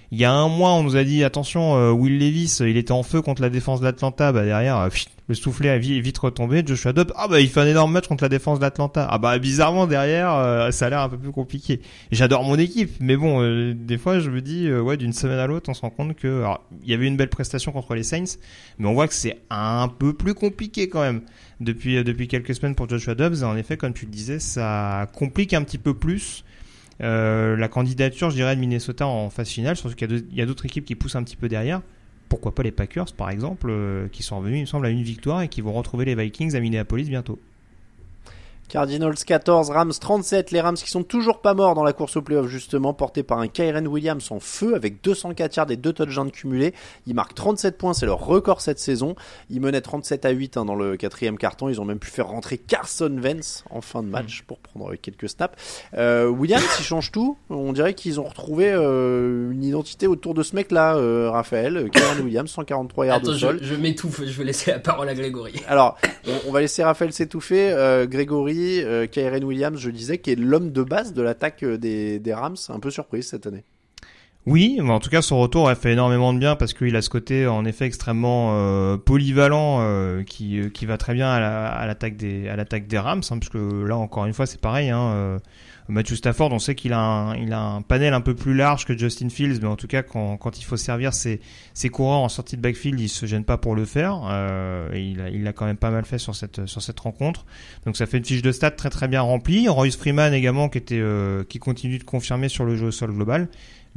Il y a un mois, on nous a dit attention, euh, Will Levis, il était en feu contre la défense d'Atlanta. Bah derrière, euh, pff, le soufflet a vite, vite retombé. Joshua Dobbs, ah bah il fait un énorme match contre la défense d'Atlanta. Ah bah bizarrement derrière, euh, ça a l'air un peu plus compliqué. J'adore mon équipe, mais bon, euh, des fois je me dis, euh, ouais, d'une semaine à l'autre, on se rend compte que, alors, il y avait une belle prestation contre les Saints, mais on voit que c'est un peu plus compliqué quand même depuis euh, depuis quelques semaines pour Joshua Dobbs. Et en effet, comme tu le disais, ça complique un petit peu plus. Euh, la candidature, je dirais, de Minnesota en phase finale, surtout qu'il y a, deux, il y a d'autres équipes qui poussent un petit peu derrière. Pourquoi pas les Packers, par exemple, euh, qui sont revenus, il me semble, à une victoire et qui vont retrouver les Vikings à Minneapolis bientôt. Cardinals quatorze, Rams trente-sept, les Rams qui sont toujours pas morts dans la course au playoff justement, portés par un Kyren Williams en feu avec deux cent quatre yards et deux touchdowns cumulés. Il marque trente-sept points, c'est leur record cette saison. Ils menaient trente-sept à huit hein, dans le quatrième quart-temps, ils ont même pu faire rentrer Carson Wentz en fin de match pour prendre quelques snaps. Euh, Williams, il change tout, on dirait qu'ils ont retrouvé euh, une identité autour de ce mec-là, euh, Raphaël. Kyren Williams, cent quarante-trois yards Attends, au sol. Je, je m'étouffe, je vais laisser la parole à Grégory. Alors, on, on va laisser Raphaël s'étouffer. Euh, Grégory, Euh, Kyren Williams, je disais, qui est l'homme de base de l'attaque des, des Rams, un peu surprise cette année. Oui, mais en tout cas son retour a fait énormément de bien parce qu'il a ce côté en effet extrêmement euh, polyvalent euh, qui euh, qui va très bien à, la, à l'attaque des à l'attaque des Rams, hein, parce que là encore une fois c'est pareil. Hein, euh, Matthew Stafford, on sait qu'il a un, il a un panel un peu plus large que Justin Fields, mais en tout cas quand quand il faut servir ses ses coureurs en sortie de backfield, il se gêne pas pour le faire. Euh, et il a il l'a quand même pas mal fait sur cette sur cette rencontre. Donc ça fait une fiche de stats très très bien remplie. Royce Freeman également qui était euh, qui continue de confirmer sur le jeu au sol global.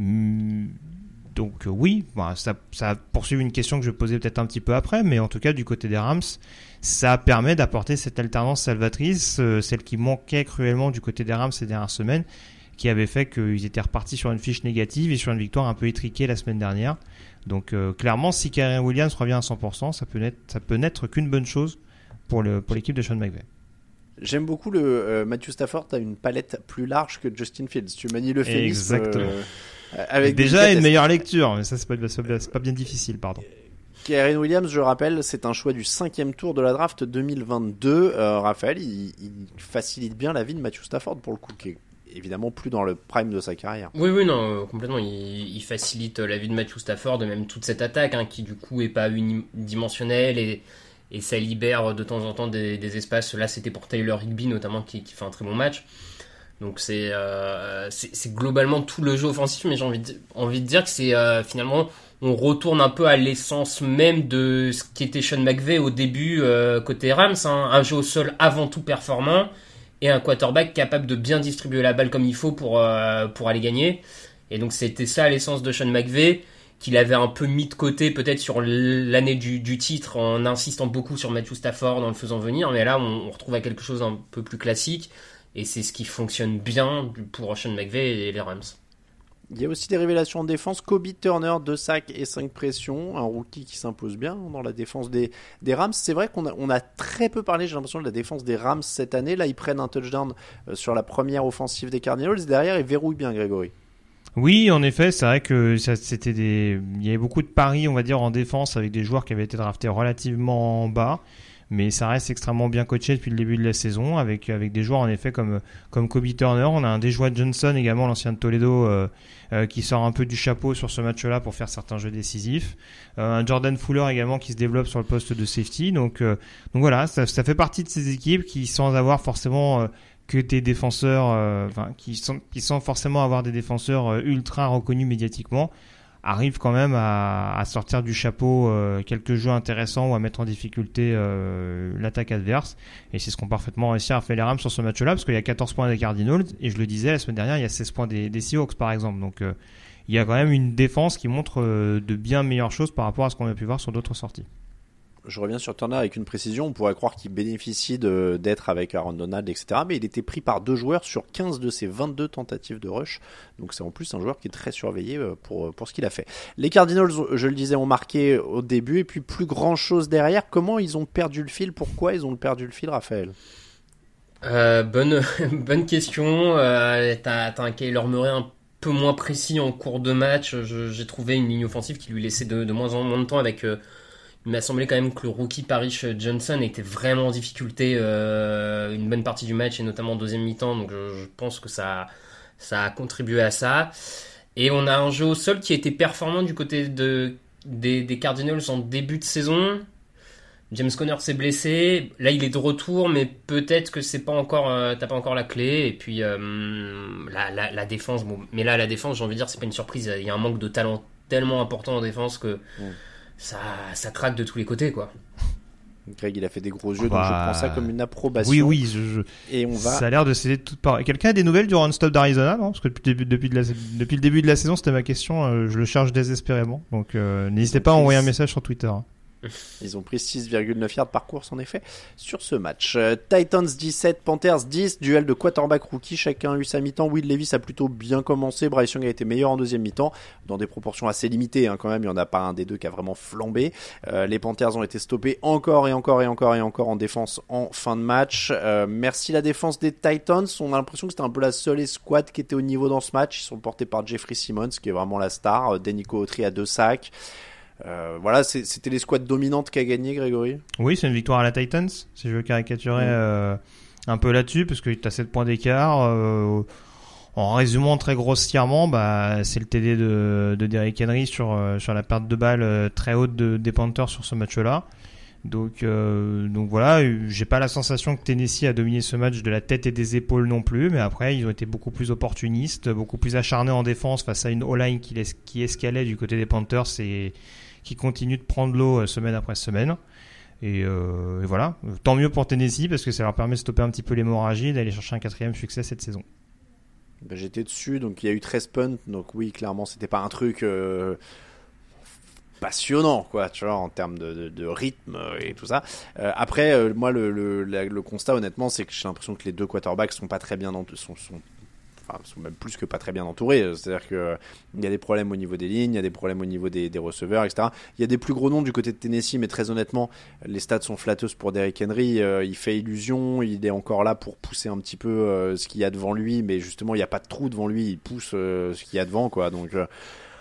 Donc euh, oui, bah, ça, ça poursuit une question que je vais poser peut-être un petit peu après, mais en tout cas du côté des Rams, ça permet d'apporter cette alternance salvatrice, euh, celle qui manquait cruellement du côté des Rams ces dernières semaines, qui avait fait qu'ils étaient repartis sur une fiche négative et sur une victoire un peu étriquée la semaine dernière. Donc euh, clairement, si Kyren Williams revient à cent pour cent, ça peut n'être, ça peut n'être qu'une bonne chose pour, le, pour l'équipe de Sean McVay. J'aime beaucoup le euh, Matthew Stafford, a une palette plus large que Justin Fields. Tu manies le phénix. Exactement. Euh, avec déjà une meilleure lecture, mais ça c'est pas, c'est pas bien difficile, pardon. Kyren Williams, je rappelle, c'est un choix du cinquième tour de la draft deux mille vingt-deux. Euh, Raphaël, il, il facilite bien la vie de Matthew Stafford pour le coup, qui est évidemment plus dans le prime de sa carrière. Oui, oui, non, euh, complètement. Il, il facilite la vie de Matthew Stafford, même toute cette attaque, hein, qui du coup est pas unidimensionnelle et et ça libère de temps en temps des, des espaces. Là, c'était pour Taylor Higbee notamment qui, qui fait un très bon match. Donc c'est, euh, c'est, c'est globalement tout le jeu offensif, mais j'ai envie de, envie de dire que c'est euh, finalement, on retourne un peu à l'essence même de ce qu'était Sean McVay au début euh, côté Rams, hein, un jeu au sol avant tout performant et un quarterback capable de bien distribuer la balle comme il faut pour, euh, pour aller gagner. Et donc c'était ça l'essence de Sean McVay, qu'il avait un peu mis de côté peut-être sur l'année du, du titre en insistant beaucoup sur Matthew Stafford en le faisant venir, mais là on, on retrouve à quelque chose un peu plus classique. Et c'est ce qui fonctionne bien pour Sean McVay et les Rams. Il y a aussi des révélations en défense. Kobe Turner, deux sacs et cinq pressions. Un rookie qui s'impose bien dans la défense des, des Rams. C'est vrai qu'on a, on a très peu parlé, j'ai l'impression, de la défense des Rams cette année. Là, ils prennent un touchdown sur la première offensive des Cardinals. Derrière, ils verrouillent bien, Grégory. Oui, en effet, c'est vrai que ça, c'était des, il y avait beaucoup de paris, on va dire, en défense avec des joueurs qui avaient été draftés relativement bas. Mais ça reste extrêmement bien coaché depuis le début de la saison avec avec des joueurs en effet comme comme Kobe Turner. On a un Dejuan Johnson également, l'ancien de Toledo, euh, euh, qui sort un peu du chapeau sur ce match-là pour faire certains jeux décisifs. Euh, un Jordan Fuller également qui se développe sur le poste de safety. Donc euh, donc voilà, ça, ça fait partie de ces équipes qui, sans avoir forcément euh, que des défenseurs, euh, enfin qui sont qui sans forcément avoir des défenseurs euh, ultra reconnus médiatiquement, arrive quand même à, à sortir du chapeau euh, quelques jeux intéressants ou à mettre en difficulté euh, l'attaque adverse. Et c'est ce qu'ont parfaitement réussi à faire les Rams sur ce match-là, parce qu'il y a quatorze points des Cardinals, et je le disais la semaine dernière, il y a seize points des, des Seahawks par exemple. Donc euh, il y a quand même une défense qui montre euh, de bien meilleures choses par rapport à ce qu'on a pu voir sur d'autres sorties. Je reviens sur Turner avec une précision. On pourrait croire qu'il bénéficie de, d'être avec Aaron Donald, et cetera. Mais il était pris par deux joueurs sur quinze de ses vingt-deux tentatives de rush. Donc c'est en plus un joueur qui est très surveillé pour, pour ce qu'il a fait. Les Cardinals, je le disais, ont marqué au début et puis plus grand chose derrière. Comment ils ont perdu le fil? Pourquoi ils ont perdu le fil, Raphaël? euh, bonne, bonne question. Euh, t'as, t'as un Kyler Murray un peu moins précis en cours de match. Je, j'ai trouvé une ligne offensive qui lui laissait de, de moins en moins de temps avec... Euh, Il m'a semblé quand même que le rookie Parrish Johnson était vraiment en difficulté euh, une bonne partie du match et notamment en deuxième mi-temps, donc je, je pense que ça, ça a contribué à ça. Et on a un jeu au sol qui a été performant du côté de, des, des Cardinals en début de saison. James Conner s'est blessé, là il est de retour, mais peut-être que c'est pas encore, euh, t'as pas encore la clé. Et puis euh, la, la, la défense, bon, mais là la défense, j'ai envie de dire, c'est pas une surprise. Il y a un manque de talent tellement important en défense que mmh. ça, ça craque de tous les côtés, quoi. Greg, il a fait des gros yeux, bah... donc je prends ça comme une approbation. Oui, oui, je, je... et on va. Ça a l'air de céder tout pareil. Quelqu'un a des nouvelles du run-stop d'Arizona, non? Parce que depuis, depuis, depuis, de la, depuis le début de la saison, c'était ma question. Euh, je le cherche désespérément, donc euh, n'hésitez pas à envoyer un message sur Twitter. Hein. Ils ont pris six virgule neuf yards par course en effet sur ce match. Euh, Titans dix-sept, Panthers dix, duel de quarterback rookie, chacun a eu sa mi-temps. Will Levis a plutôt bien commencé, Bryce Young a été meilleur en deuxième mi-temps, dans des proportions assez limitées hein, quand même, il n'y en a pas un des deux qui a vraiment flambé. Euh, les Panthers ont été stoppés encore et encore et encore et encore en défense en fin de match. Euh, merci la défense des Titans, on a l'impression que c'était un peu la seule escouade qui était au niveau dans ce match. Ils sont portés par Jeffrey Simmons qui est vraiment la star, euh, Denico Autry à deux sacs. Euh, voilà, c'est, c'était l'escouade dominante qui a gagné, Grégory. Oui, c'est une victoire à la Titans, si je veux caricaturer mmh. euh, un peu là-dessus, parce que tu as sept points d'écart. Euh, en résumant très grossièrement, bah, c'est le T D de, de Derrick Henry sur, euh, sur la perte de balle euh, très haute de, des Panthers sur ce match-là. Donc, euh, donc voilà, j'ai pas la sensation que Tennessee a dominé ce match de la tête et des épaules non plus, mais après ils ont été beaucoup plus opportunistes, beaucoup plus acharnés en défense face à une O-line qui, qui escalait du côté des Panthers et qui continue de prendre l'eau semaine après semaine. Et, euh, et voilà, tant mieux pour Tennessee parce que ça leur permet de stopper un petit peu l'hémorragie et d'aller chercher un quatrième succès cette saison. Ben, j'étais dessus, donc il y a eu treize punts, donc oui, clairement c'était pas un truc euh, passionnant, quoi, tu vois, en termes de, de, de rythme et tout ça. Euh, après, euh, moi, le, le, le constat, honnêtement, c'est que j'ai l'impression que les deux quarterbacks sont pas très bien entourés, sont, sont, enfin, sont même plus que pas très bien entourés. C'est-à-dire que il y a des problèmes au niveau des lignes, il y a des problèmes au niveau des, des receveurs, et cetera. Il y a des plus gros noms du côté de Tennessee, mais très honnêtement, les stats sont flatteuses pour Derrick Henry. Euh, il fait illusion, il est encore là pour pousser un petit peu euh, ce qu'il y a devant lui, mais justement, il n'y a pas de trou devant lui, il pousse euh, ce qu'il y a devant, quoi. Donc euh,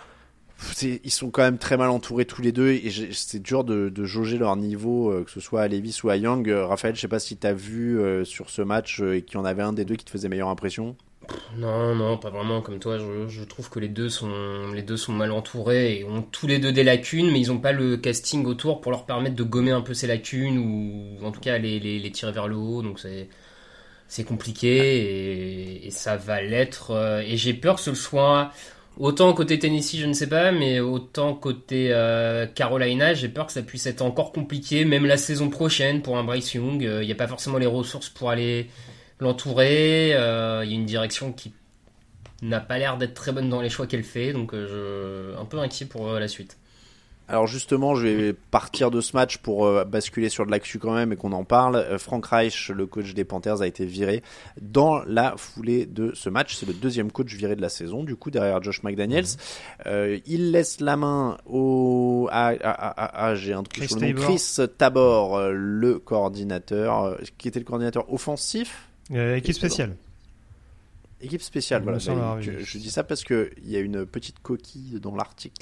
C'est, ils sont quand même très mal entourés tous les deux et c'est dur de, de jauger leur niveau, euh, que ce soit à Levis ou à Young. Euh, Raphaël, je sais pas si tu as vu euh, sur ce match euh, et qu'il y en avait un des deux qui te faisait meilleure impression. Non, non, pas vraiment. Comme toi, je, je trouve que les deux sont les deux sont mal entourés et ont tous les deux des lacunes, mais ils n'ont pas le casting autour pour leur permettre de gommer un peu ces lacunes ou en tout cas les, les, les tirer vers le haut. Donc c'est c'est compliqué et, et ça va l'être. Et j'ai peur que ce soit autant côté Tennessee, je ne sais pas, mais autant côté euh, Carolina, j'ai peur que ça puisse être encore compliqué, même la saison prochaine pour un Bryce Young. Il euh, n'y a pas forcément les ressources pour aller l'entourer. Il euh, y a une direction qui n'a pas l'air d'être très bonne dans les choix qu'elle fait, donc euh, je un peu inquiet pour euh, la suite. Alors justement, je vais partir de ce match pour euh, basculer sur de l'actu quand même et qu'on en parle. Euh, Frank Reich, le coach des Panthers, a été viré dans la foulée de ce match. C'est le deuxième coach viré de la saison, du coup, derrière Josh McDaniels. Mmh. Euh, il laisse la main au... à, à, à, à j'ai un truc sur le nom, Chris Tabor, euh, le coordinateur, euh, qui était le coordinateur offensif. Euh, équipe spéciale. Équipe spéciale, voilà. Bah, je, je dis ça parce que il y a une petite coquille dans l'article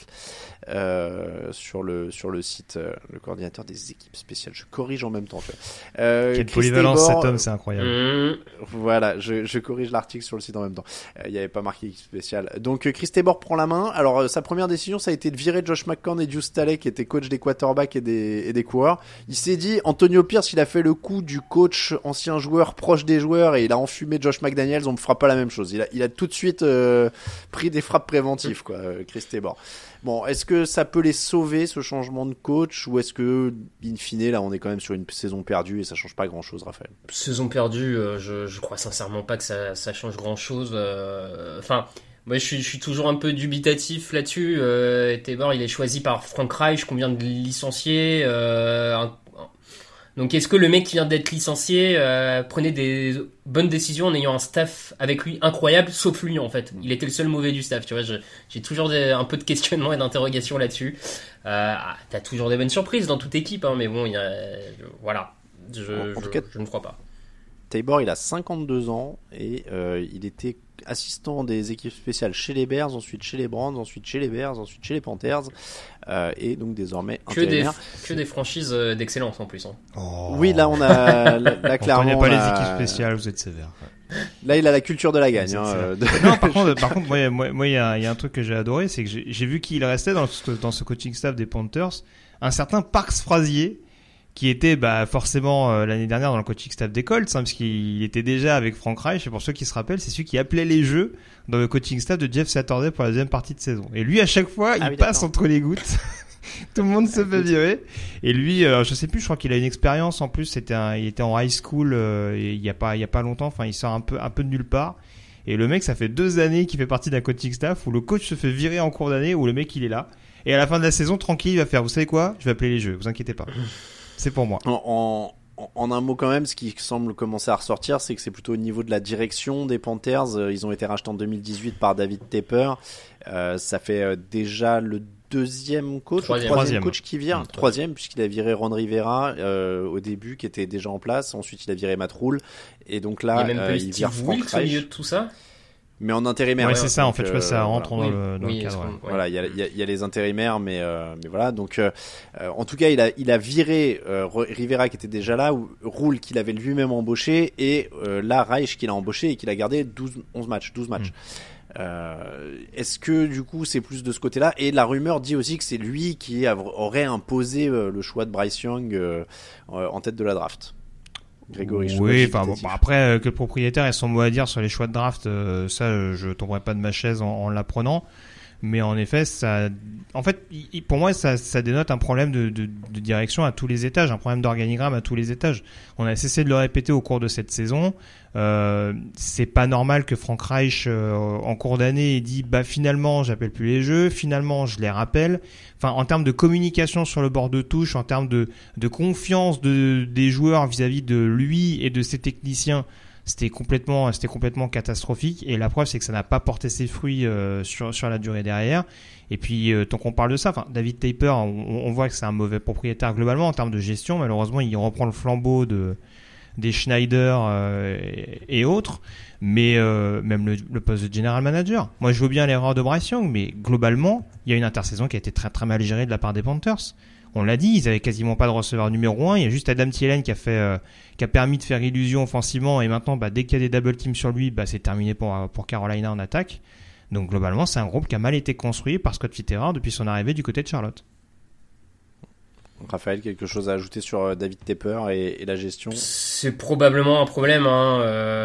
euh, sur le sur le site, euh, le coordinateur des équipes spéciales. Je corrige en même temps. Tu vois. Euh, Quelle Chris polyvalence Tabor, cet homme, c'est incroyable. Euh, voilà, je, je corrige l'article sur le site en même temps. Euh, il n'y avait pas marqué équipe spéciale. Donc euh, Chris Tabor prend la main. Alors euh, sa première décision, ça a été de virer Josh McCown et Deuce Staley, qui étaient coach des quarterbacks et des et des coureurs. Il s'est dit, Antonio Pierce, il a fait le coup du coach ancien joueur proche des joueurs et il a enfumé Josh McDaniels. On me fera pas la même chose. Il a, il a tout de suite euh, pris des frappes préventives, quoi, euh, Chris Tabor. Bon, est-ce que ça peut les sauver, ce changement de coach, ou est-ce que, in fine, là, on est quand même sur une saison perdue et ça change pas grand-chose, Raphaël? Saison perdue, euh, je, je crois sincèrement pas que ça, ça change grand-chose. Euh, enfin, moi, je suis, je suis toujours un peu dubitatif là-dessus. Euh, Tabor, il est choisi par Frank Reich, qu'on vient de licencier. Euh, un, Donc est-ce que le mec qui vient d'être licencié euh, prenait des bonnes décisions en ayant un staff avec lui incroyable, sauf lui en fait. Il était le seul mauvais du staff, tu vois. Je, j'ai toujours des, un peu de questionnement et d'interrogation là-dessus. Euh, ah, t'as toujours des bonnes surprises dans toute équipe, hein, mais bon, il y a, voilà, je, en, en je, cas, je ne crois pas. Tabor, il a cinquante-deux ans et euh, il était assistant des équipes spéciales chez les Bears, ensuite chez les Browns, ensuite chez les Bears, ensuite chez les Panthers, euh, et donc désormais que des, que des franchises d'excellence en plus. Hein. Oh. Oui, là on a, là, là clairement. On connaît pas a... les équipes spéciales, vous êtes sévère. Là, il a la culture de la gagne. Hein, euh, de... Non, par contre, par contre, moi, moi, moi, il y a, il y a un truc que j'ai adoré, c'est que j'ai, j'ai vu qu'il restait dans ce, dans ce coaching staff des Panthers, un certain Parks Frazier, qui était bah forcément euh, l'année dernière dans le coaching staff des Colts, hein, parce qu'il était déjà avec Frank Reich. Et pour ceux qui se rappellent, c'est celui qui appelait les jeux dans le coaching staff de Jeff Saturday pour la deuxième partie de saison. Et lui, à chaque fois, ah il oui, passe d'accord. entre les gouttes. Tout le monde se fait virer. Et lui, euh, je sais plus, je crois qu'il a une expérience en plus. C'était un, il était en high school euh, et il y a pas, il y a pas longtemps. Enfin, il sort un peu, un peu de nulle part. Et le mec, ça fait deux années qu'il fait partie d'un coaching staff où le coach se fait virer en cours d'année, où le mec il est là. Et à la fin de la saison, tranquille, il va faire. Vous savez quoi ? Je vais appeler les jeux. Vous inquiétez pas. C'est pour moi. En, en, en un mot quand même, ce qui semble commencer à ressortir, c'est que c'est plutôt au niveau de la direction des Panthers. Ils ont été rachetés en deux mille dix-huit par David Tepper. Euh, ça fait déjà le deuxième coach, troisième, troisième coach qui vire, mmh, troisième puisqu'il a viré Ron Rivera euh, au début, qui était déjà en place. Ensuite, il a viré Matt Rhule, et donc là, il, euh, il vire Frank Wilkes au milieu de tout ça. Mais en intérimaire. Ouais, ouais, c'est ça. donc, En fait, je sais pas si ça rentre voilà. dans le, dans oui, le cadre. Ouais. Ouais. Voilà, il y a, il y, a, il y a les intérimaires, mais euh, mais voilà. Donc, euh, en tout cas, il a il a viré euh, Rivera qui était déjà là, ou Rhule qu'il avait lui-même embauché, et euh, là Reich qu'il a embauché et qu'il a gardé douze, onze matchs, douze matchs. Mm. Euh, est-ce que du coup c'est plus de ce côté-là? Et la rumeur dit aussi que c'est lui qui a, aurait imposé euh, le choix de Bryce Young euh, en tête de la draft. Grégory, je oui, enfin bon, bon, après euh, que le propriétaire ait son mot à dire sur les choix de draft, euh, ça euh, je tomberai pas de ma chaise en, en l'apprenant. Mais en effet, ça, en fait, il, pour moi, ça, ça dénote un problème de, de, de direction à tous les étages, un problème d'organigramme à tous les étages. On a cessé de le répéter au cours de cette saison. Euh, c'est pas normal que Frank Reich, euh, en cours d'année, ait dit, bah finalement, j'appelle plus les jeux, finalement, je les rappelle. Enfin, en termes de communication sur le bord de touche, en termes de, de confiance de, des joueurs vis-à-vis de lui et de ses techniciens. C'était complètement, c'était complètement catastrophique, et la preuve c'est que ça n'a pas porté ses fruits euh, sur sur la durée derrière. Et puis euh, tant qu'on parle de ça, enfin David Tepper, on, on voit que c'est un mauvais propriétaire globalement en termes de gestion. Malheureusement, il reprend le flambeau de des Schneider euh, et, et autres, mais euh, même le, le poste de general manager. Moi, je veux bien l'erreur de Bryce Young, mais globalement, il y a une intersaison qui a été très très mal gérée de la part des Panthers. On l'a dit, ils avaient quasiment pas de receveur numéro un. Il y a juste Adam Thielen qui a fait, euh, qui a permis de faire illusion offensivement. Et maintenant, bah, dès qu'il y a des double teams sur lui, bah, c'est terminé pour, pour Carolina en attaque. Donc, globalement, c'est un groupe qui a mal été construit par Scott Fitterer depuis son arrivée du côté de Charlotte. Raphaël, quelque chose à ajouter sur David Tepper et, et la gestion? C'est probablement un problème. Hein.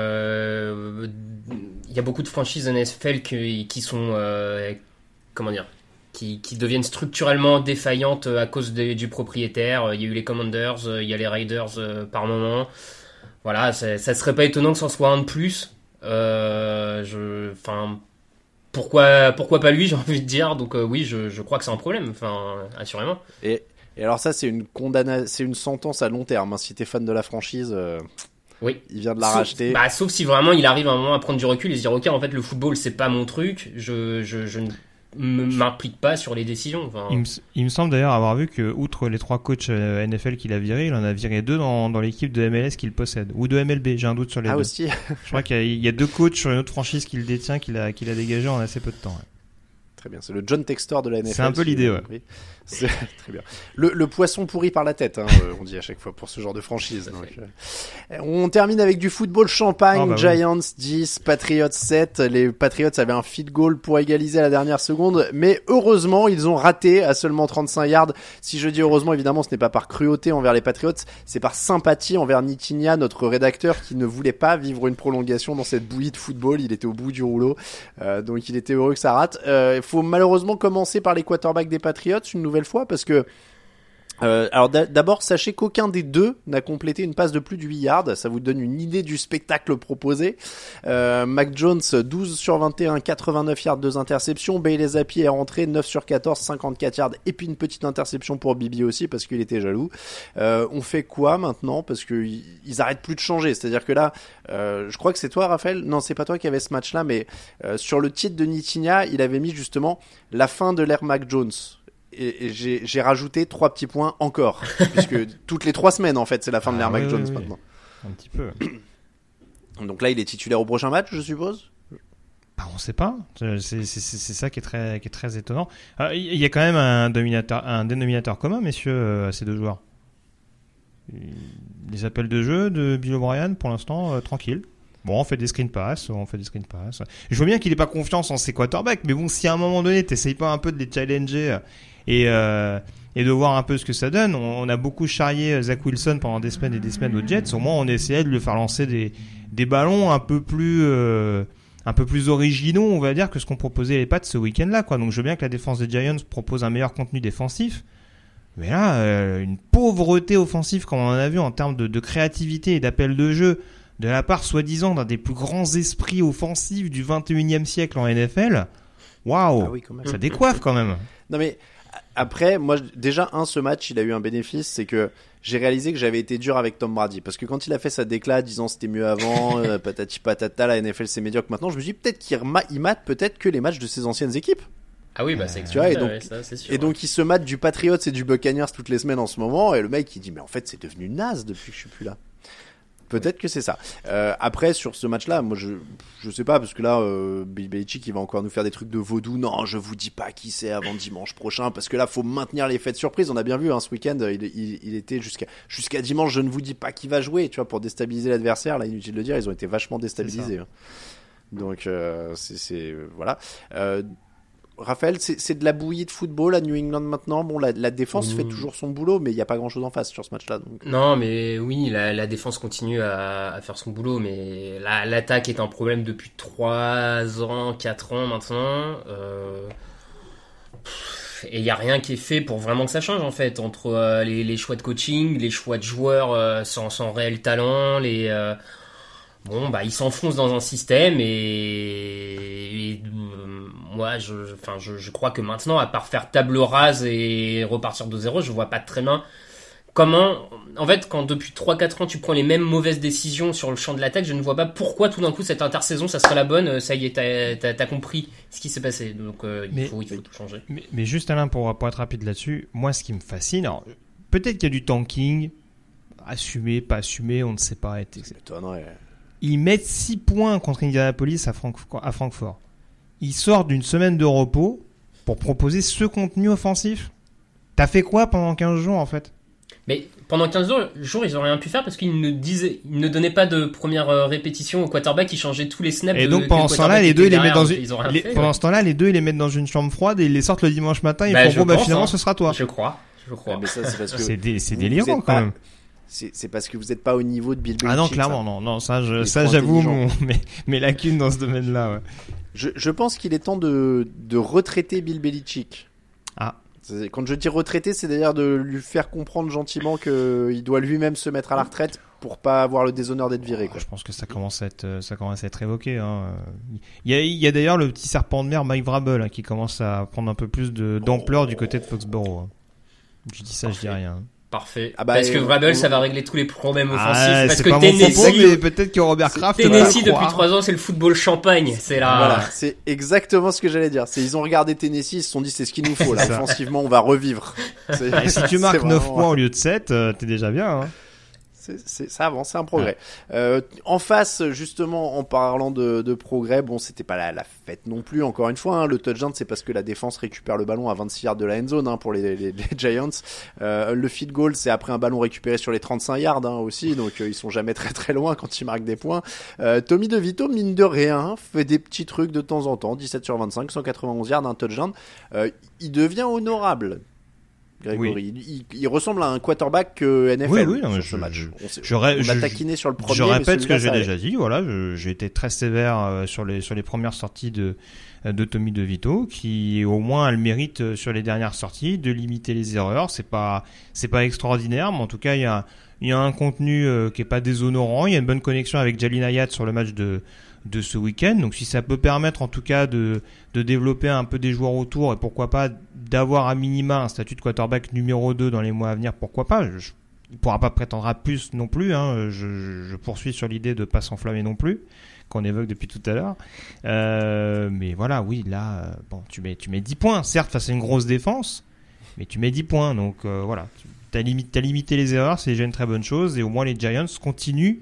Euh, il y a beaucoup de franchises N F L qui, qui sont, euh, comment dire, Qui, qui deviennent structurellement défaillantes à cause de, du propriétaire. Il y a eu les Commanders, il y a les Raiders euh, par moment. Voilà, ça, ça serait pas étonnant que ça en soit un de plus. Euh, je, enfin, pourquoi, pourquoi pas lui, j'ai envie de dire. Donc euh, oui, je, je crois que c'est un problème. Enfin, assurément. Et, et alors ça, c'est une condamnation, c'est une sentence à long terme. Hein. Si t'es fan de la franchise. Euh... Oui. Il vient de la sauf, racheter. Bah, sauf si vraiment il arrive à un moment à prendre du recul et se dire ok, en fait, le football c'est pas mon truc. Je, je, je ne m'implique pas sur les décisions. Enfin... Il, me, il me semble d'ailleurs avoir vu que, outre les trois coachs N F L qu'il a virés, il en a viré deux dans, dans l'équipe de M L S qu'il possède, ou de M L B, j'ai un doute sur les ah deux. Aussi. Je crois qu'il y a, il y a deux coachs sur une autre franchise qu'il détient, qu'il a, qu'il a dégagé en assez peu de temps. Ouais. Très bien, c'est le John Textor de la N F L. C'est un peu l'idée, ouais. C'est très bien. Le, le poisson pourri par la tête, hein, on dit à chaque fois pour ce genre de franchise. Donc, euh... On termine avec du football champagne. Oh, bah Giants oui. dix, Patriots sept. Les Patriots avaient un field goal pour égaliser à la dernière seconde, mais heureusement, ils ont raté à seulement trente-cinq yards. Si je dis heureusement, évidemment, ce n'est pas par cruauté envers les Patriots, c'est par sympathie envers Nitinia, notre rédacteur, qui ne voulait pas vivre une prolongation dans cette bouillie de football. Il était au bout du rouleau, euh, donc il était heureux que ça rate. Euh, il faut malheureusement commencer par les quarterbacks des Patriots une nouvelle fois, parce que Euh, alors d'abord, sachez qu'aucun des deux n'a complété une passe de plus de huit yards. Ça vous donne une idée du spectacle proposé. Euh, Mac Jones, douze sur vingt et un, quatre-vingt-neuf yards, deux interceptions. Bailey Zappi est rentré, neuf sur quatorze, cinquante-quatre yards. Et puis une petite interception pour Bibi aussi, parce qu'il était jaloux. Euh, on fait quoi maintenant? Parce que ils arrêtent plus de changer. C'est-à-dire que là, euh, je crois que c'est toi, Raphaël. Non, c'est pas toi qui avait ce match-là, mais euh, sur le titre de Nitinia, il avait mis justement la fin de l'ère Mac Jones. Et, et j'ai, j'ai rajouté trois petits points encore, puisque toutes les trois semaines en fait c'est la fin de l'ère ah, Mac oui, Jones oui, maintenant. Un petit peu. Donc là il est titulaire au prochain match, je suppose. Bah, on sait pas. C'est, c'est, c'est, c'est ça qui est très, qui est très étonnant. Il y a quand même un dénominateur, un dénominateur commun, messieurs, à ces deux joueurs. Les appels de jeu de Bill O'Brien, pour l'instant, euh, tranquille. Bon, on fait des screen pass, on fait des screen pass. Je vois bien qu'il ait pas confiance en ses quarterbacks, mais bon, si à un moment donné, t'essayes pas un peu de les challenger et, euh, et de voir un peu ce que ça donne. On, on a beaucoup charrié Zach Wilson pendant des semaines et des semaines aux Jets. Au moins, on essayait de lui faire lancer des, des ballons un peu plus, euh, un peu plus originaux, on va dire, que ce qu'on proposait les Pats ce week-end-là, quoi. Donc, je veux bien que la défense des Giants propose un meilleur contenu défensif. Mais là, euh, une pauvreté offensive, comme on en a vu en termes de, de créativité et d'appel de jeu, de la part, soi-disant, d'un des plus grands esprits offensifs du vingt et unième siècle en N F L. Waouh, ah oui, ça décoiffe quand même. Non mais après, moi déjà un ce match, il a eu un bénéfice, c'est que j'ai réalisé que j'avais été dur avec Tom Brady parce que quand il a fait sa déclat disant c'était mieux avant, euh, patati patata, la N F L c'est médiocre maintenant, je me dis peut-être qu'il rema- il mate peut-être que les matchs de ses anciennes équipes. Ah oui, bah c'est tu vois, et donc, ouais, ça, c'est sûr, et donc ouais. il se mate du Patriots et du Buccaneers toutes les semaines en ce moment, et le mec il dit mais en fait c'est devenu naze depuis que je suis plus là. Peut-être que c'est ça. Euh, après, sur ce match-là, moi, je je sais pas, parce que là, euh, Bill Belichick, il va encore nous faire des trucs de vaudou. Non, je vous dis pas qui c'est avant dimanche prochain, parce que là, faut maintenir l'effet de surprise. On a bien vu, hein, ce week-end, il, il, il était jusqu'à jusqu'à dimanche. Je ne vous dis pas qui va jouer, tu vois, pour déstabiliser l'adversaire. Là, inutile de le dire, ils ont été vachement déstabilisés. Hein. Donc, euh, c'est, c'est voilà. Euh, Raphaël, c'est, c'est de la bouillie de football à New England maintenant. Bon, la, la défense mmh. fait toujours son boulot, mais il n'y a pas grand-chose en face sur ce match-là. Donc. Non, mais oui, la, la défense continue à, à faire son boulot, mais la, l'attaque est un problème depuis trois ans, quatre ans maintenant. Euh... Et il n'y a rien qui est fait pour vraiment que ça change, en fait, entre euh, les, les choix de coaching, les choix de joueurs euh, sans, sans réel talent, les... Euh... Bon, bah, ils s'enfoncent dans un système et, et euh, moi, je, enfin, je, je crois que maintenant, à part faire table rase et repartir de zéro, je vois pas très bien comment, en fait, quand depuis trois quatre ans, tu prends les mêmes mauvaises décisions sur le champ de l'attaque, je ne vois pas pourquoi tout d'un coup, cette intersaison, ça serait la bonne, ça y est, t'as, t'as, t'as compris ce qui s'est passé. Donc, euh, il, mais, faut, il faut tout changer. Mais, mais juste Alain, pour, pour être rapide là-dessus, moi, ce qui me fascine, alors, peut-être qu'il y a du tanking, assumé, pas assumé, on ne sait pas. C'est m'étonnerait. Ils mettent six points contre Indianapolis à, Franc- à Francfort. Ils sortent d'une semaine de repos pour proposer ce contenu offensif. T'as fait quoi pendant quinze jours en fait ? Mais pendant quinze jours, ils n'ont rien pu faire parce qu'ils ne disaient, ils ne donnaient pas de première répétition au quarterback, ils changeaient tous les snaps. Et donc de, pendant ce temps-là, les deux, ils les mettent dans une, les, fait, pendant ouais. ce temps-là, les deux, ils les mettent dans une chambre froide et ils les sortent le dimanche matin. Et bah, ils font bon, bah finalement, hein. ce sera toi. Je crois, je crois. Ouais, mais ça, c'est parce que c'est, dé, c'est vous, délirant vous quand pas... même. C'est, c'est parce que vous n'êtes pas au niveau de Bill Belichick. Ah non, clairement, ça. non, non, ça, je, ça, j'avoue, mon, mes, mes lacunes dans ce domaine-là, ouais. Je, je pense qu'il est temps de, de retraiter Bill Belichick. Ah. C'est, quand je dis retraiter, c'est d'ailleurs de lui faire comprendre gentiment qu'il doit lui-même se mettre à la retraite pour pas avoir le déshonneur d'être viré, quoi. Je pense que ça commence à être, ça commence à être évoqué, hein. Il y a, il y a d'ailleurs le petit serpent de mer Mike Vrabel, hein, qui commence à prendre un peu plus de, d'ampleur oh. du côté de Foxborough. Hein. Je dis ça, Parfait. Je dis rien. Parfait. Ah bah, parce que Vrabel, euh, ça va régler tous les problèmes offensifs. Ah, parce c'est que pas Tennessee, mon propos, mais peut-être que Robert Kraft. Tennessee depuis trois ans, c'est le football champagne. C'est là. Voilà, c'est exactement ce que j'allais dire. C'est ils ont regardé Tennessee, ils se sont dit c'est ce qu'il nous faut là. Offensivement, on va revivre. Et si tu marques neuf points au lieu de sept, euh, t'es déjà bien. Hein. C'est, c'est, ça avance, c'est un progrès. Ouais. Euh, en face, justement, en parlant de, de progrès, bon, c'était pas la, la fête non plus, encore une fois. Hein, le touchdown, c'est parce que la défense récupère le ballon à vingt-six yards de la end zone hein, pour les, les, les Giants. Euh, le field goal, c'est après un ballon récupéré sur les trente-cinq yards hein, aussi, donc euh, ils sont jamais très très loin quand ils marquent des points. Euh, Tommy DeVito, mine de rien, fait des petits trucs de temps en temps, dix-sept sur vingt-cinq, cent quatre-vingt-onze yards, un touchdown. Euh, il devient honorable. Grégory, oui. il, il, il ressemble à un quarterback que N F L oui, oui, non, sur je, ce match. Je, on s'est, je, ré, on je, a taquiné sur le premier. Je répète ce que j'ai ça déjà dit. Voilà, je, j'ai été très sévère euh, sur les sur les premières sorties de de Tommy DeVito, qui au moins a le mérite euh, sur les dernières sorties de limiter les erreurs. C'est pas c'est pas extraordinaire, mais en tout cas il y a il y a un contenu euh, qui est pas déshonorant. Il y a une bonne connexion avec Jalin Hyatt sur le match de de ce week-end. Donc si ça peut permettre en tout cas de de développer un peu des joueurs autour et pourquoi pas d'avoir à minima un statut de quarterback numéro deux dans les mois à venir, pourquoi pas. Je, il pourra pas prétendre à plus non plus. Hein. Je, je poursuis sur l'idée de pas s'enflammer non plus, qu'on évoque depuis tout à l'heure. Euh, mais voilà, oui, là, euh, bon, tu mets tu mets dix points. Certes, face à une grosse défense, mais tu mets dix points. Donc euh, voilà, t'as limité, t'as limité les erreurs, c'est déjà une très bonne chose. Et au moins les Giants continuent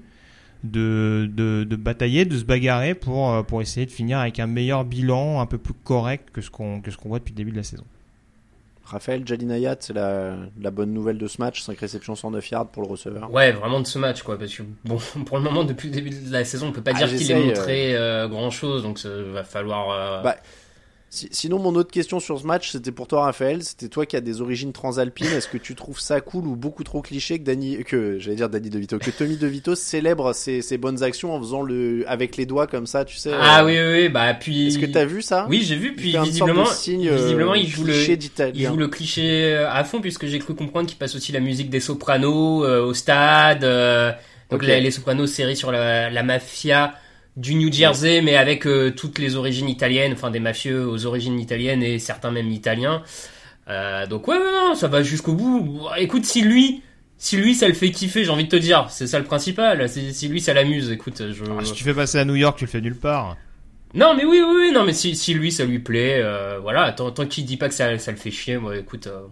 de, de, de batailler, de se bagarrer pour, pour essayer de finir avec un meilleur bilan, un peu plus correct que ce qu'on, que ce qu'on voit depuis le début de la saison. Raphaël, Jalin Hayat, c'est la, la bonne nouvelle de ce match, cinq réceptions, cent neuf yards pour le receveur. Ouais, vraiment de ce match, quoi, parce que bon, pour le moment, depuis le début de la saison, on peut pas ah, dire qu'il ait montré euh... euh, grand-chose, donc ça va falloir... Euh... Bah, si, sinon, mon autre question sur ce match, c'était pour toi, Raphaël, c'était toi qui as des origines transalpines, est-ce que tu trouves ça cool ou beaucoup trop cliché que Danny, que, j'allais dire Danny DeVito, que Tommy DeVito célèbre ses, ses bonnes actions en faisant le, avec les doigts comme ça, tu sais. Ah euh... oui, oui, oui, bah, puis... Est-ce que t'as vu ça? Oui, j'ai vu, puis visiblement, signe, visiblement, il joue le, il joue le cliché à fond, puisque j'ai cru comprendre qu'il passe aussi la musique des Sopranos, euh, au stade, euh, donc okay. les, les Sopranos, série sur la, la mafia du New Jersey, ouais. mais avec euh, toutes les origines italiennes, enfin des mafieux aux origines italiennes et certains même italiens. Euh, donc ouais, non, ça va jusqu'au bout. Écoute, si lui, si lui ça le fait kiffer, j'ai envie de te dire, c'est ça le principal. Si, si lui ça l'amuse, écoute, je. Ah, si tu fais passer à New York, tu le fais nulle part. Non, mais oui, oui, oui non, mais si, si lui ça lui plaît, euh, voilà, tant, tant qu'il dit pas que ça, ça le fait chier, moi, écoute. Euh...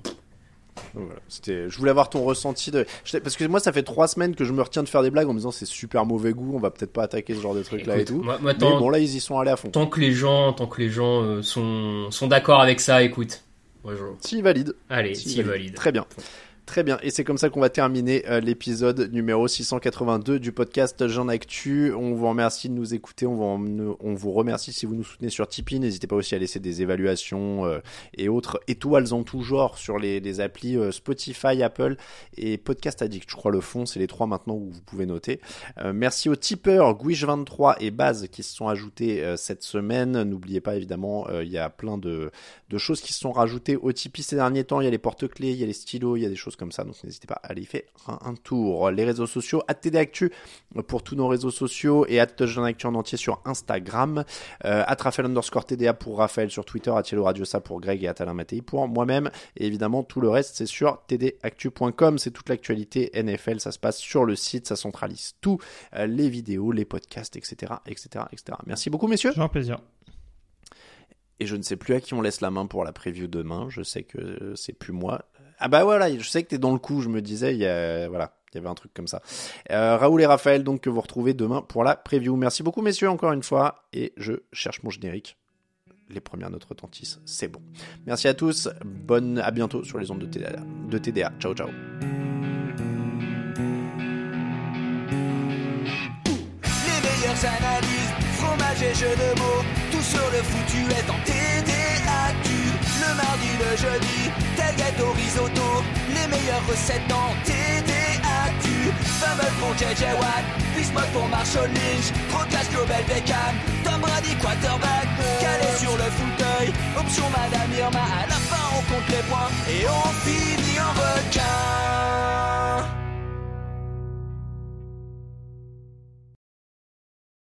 Voilà, c'était... Je voulais avoir ton ressenti de... parce que moi ça fait trois semaines que je me retiens de faire des blagues en me disant c'est super mauvais goût, on va peut-être pas attaquer ce genre de trucs là et tout. Moi, moi, tant... Mais bon là ils y sont allés à fond. Tant que les gens, tant que les gens euh, sont sont d'accord avec ça, écoute. Moi, je... Si valide. Allez, si, si valide. valide. Très bien. Très bien, et c'est comme ça qu'on va terminer euh, l'épisode numéro six cent quatre-vingt-deux du podcast Jean Actu. On vous remercie de nous écouter, on vous, on vous remercie si vous nous soutenez sur Tipeee. N'hésitez pas aussi à laisser des évaluations euh, et autres étoiles en tout genre sur les, les applis euh, Spotify, Apple et Podcast Addict. Je crois le fond, c'est les trois maintenant où vous pouvez noter. Euh, merci aux tipeurs Guiche vingt-trois et Baz qui se sont ajoutés euh, cette semaine. N'oubliez pas évidemment, il euh, y a plein de, de choses qui se sont rajoutées au Tipeee ces derniers temps. Il y a les porte-clés, il y a les stylos, il y a des choses comme ça, donc n'hésitez pas à aller y faire un, un tour. Les réseaux sociaux, arobase T D Actu pour tous nos réseaux sociaux et arobase Touchdown Actu en entier sur Instagram, euh, arobase Raphaël underscore T D A pour Raphaël sur Twitter, arobase Thielo Radiosa pour Greg et Alain Mattei pour moi-même, et évidemment tout le reste c'est sur t d actu point com, c'est toute l'actualité N F L, ça se passe sur le site, ça centralise tout, euh, les vidéos, les podcasts, et cetera, et cetera, et cetera. Merci beaucoup messieurs. C'est un plaisir. Et je ne sais plus à qui on laisse la main pour la preview demain, je sais que c'est plus moi. Ah bah voilà, je sais que t'es dans le coup, je me disais, il y a, voilà, il y avait un truc comme ça. Euh, Raoul et Raphaël, donc, que vous retrouvez demain pour la preview. Merci beaucoup, messieurs, encore une fois, et je cherche mon générique. Les premières notes retentissent, c'est bon. Merci à tous, bonne, à bientôt sur les ondes de T D A. De T D A. Ciao, ciao. Les meilleures analyses, fromage et jeux de mots, tout sur le foutu est en T D A Q. Le mardi, le jeudi, tailgate au risotto, les meilleures recettes en T D A Q. Fumble pour J J Watt, Bismuth pour Marshall Lynch, Procast Global Beckham, Tom Brady quarterback, calé sur le fauteuil, option Madame Irma, à la fin on compte les points et on finit en re.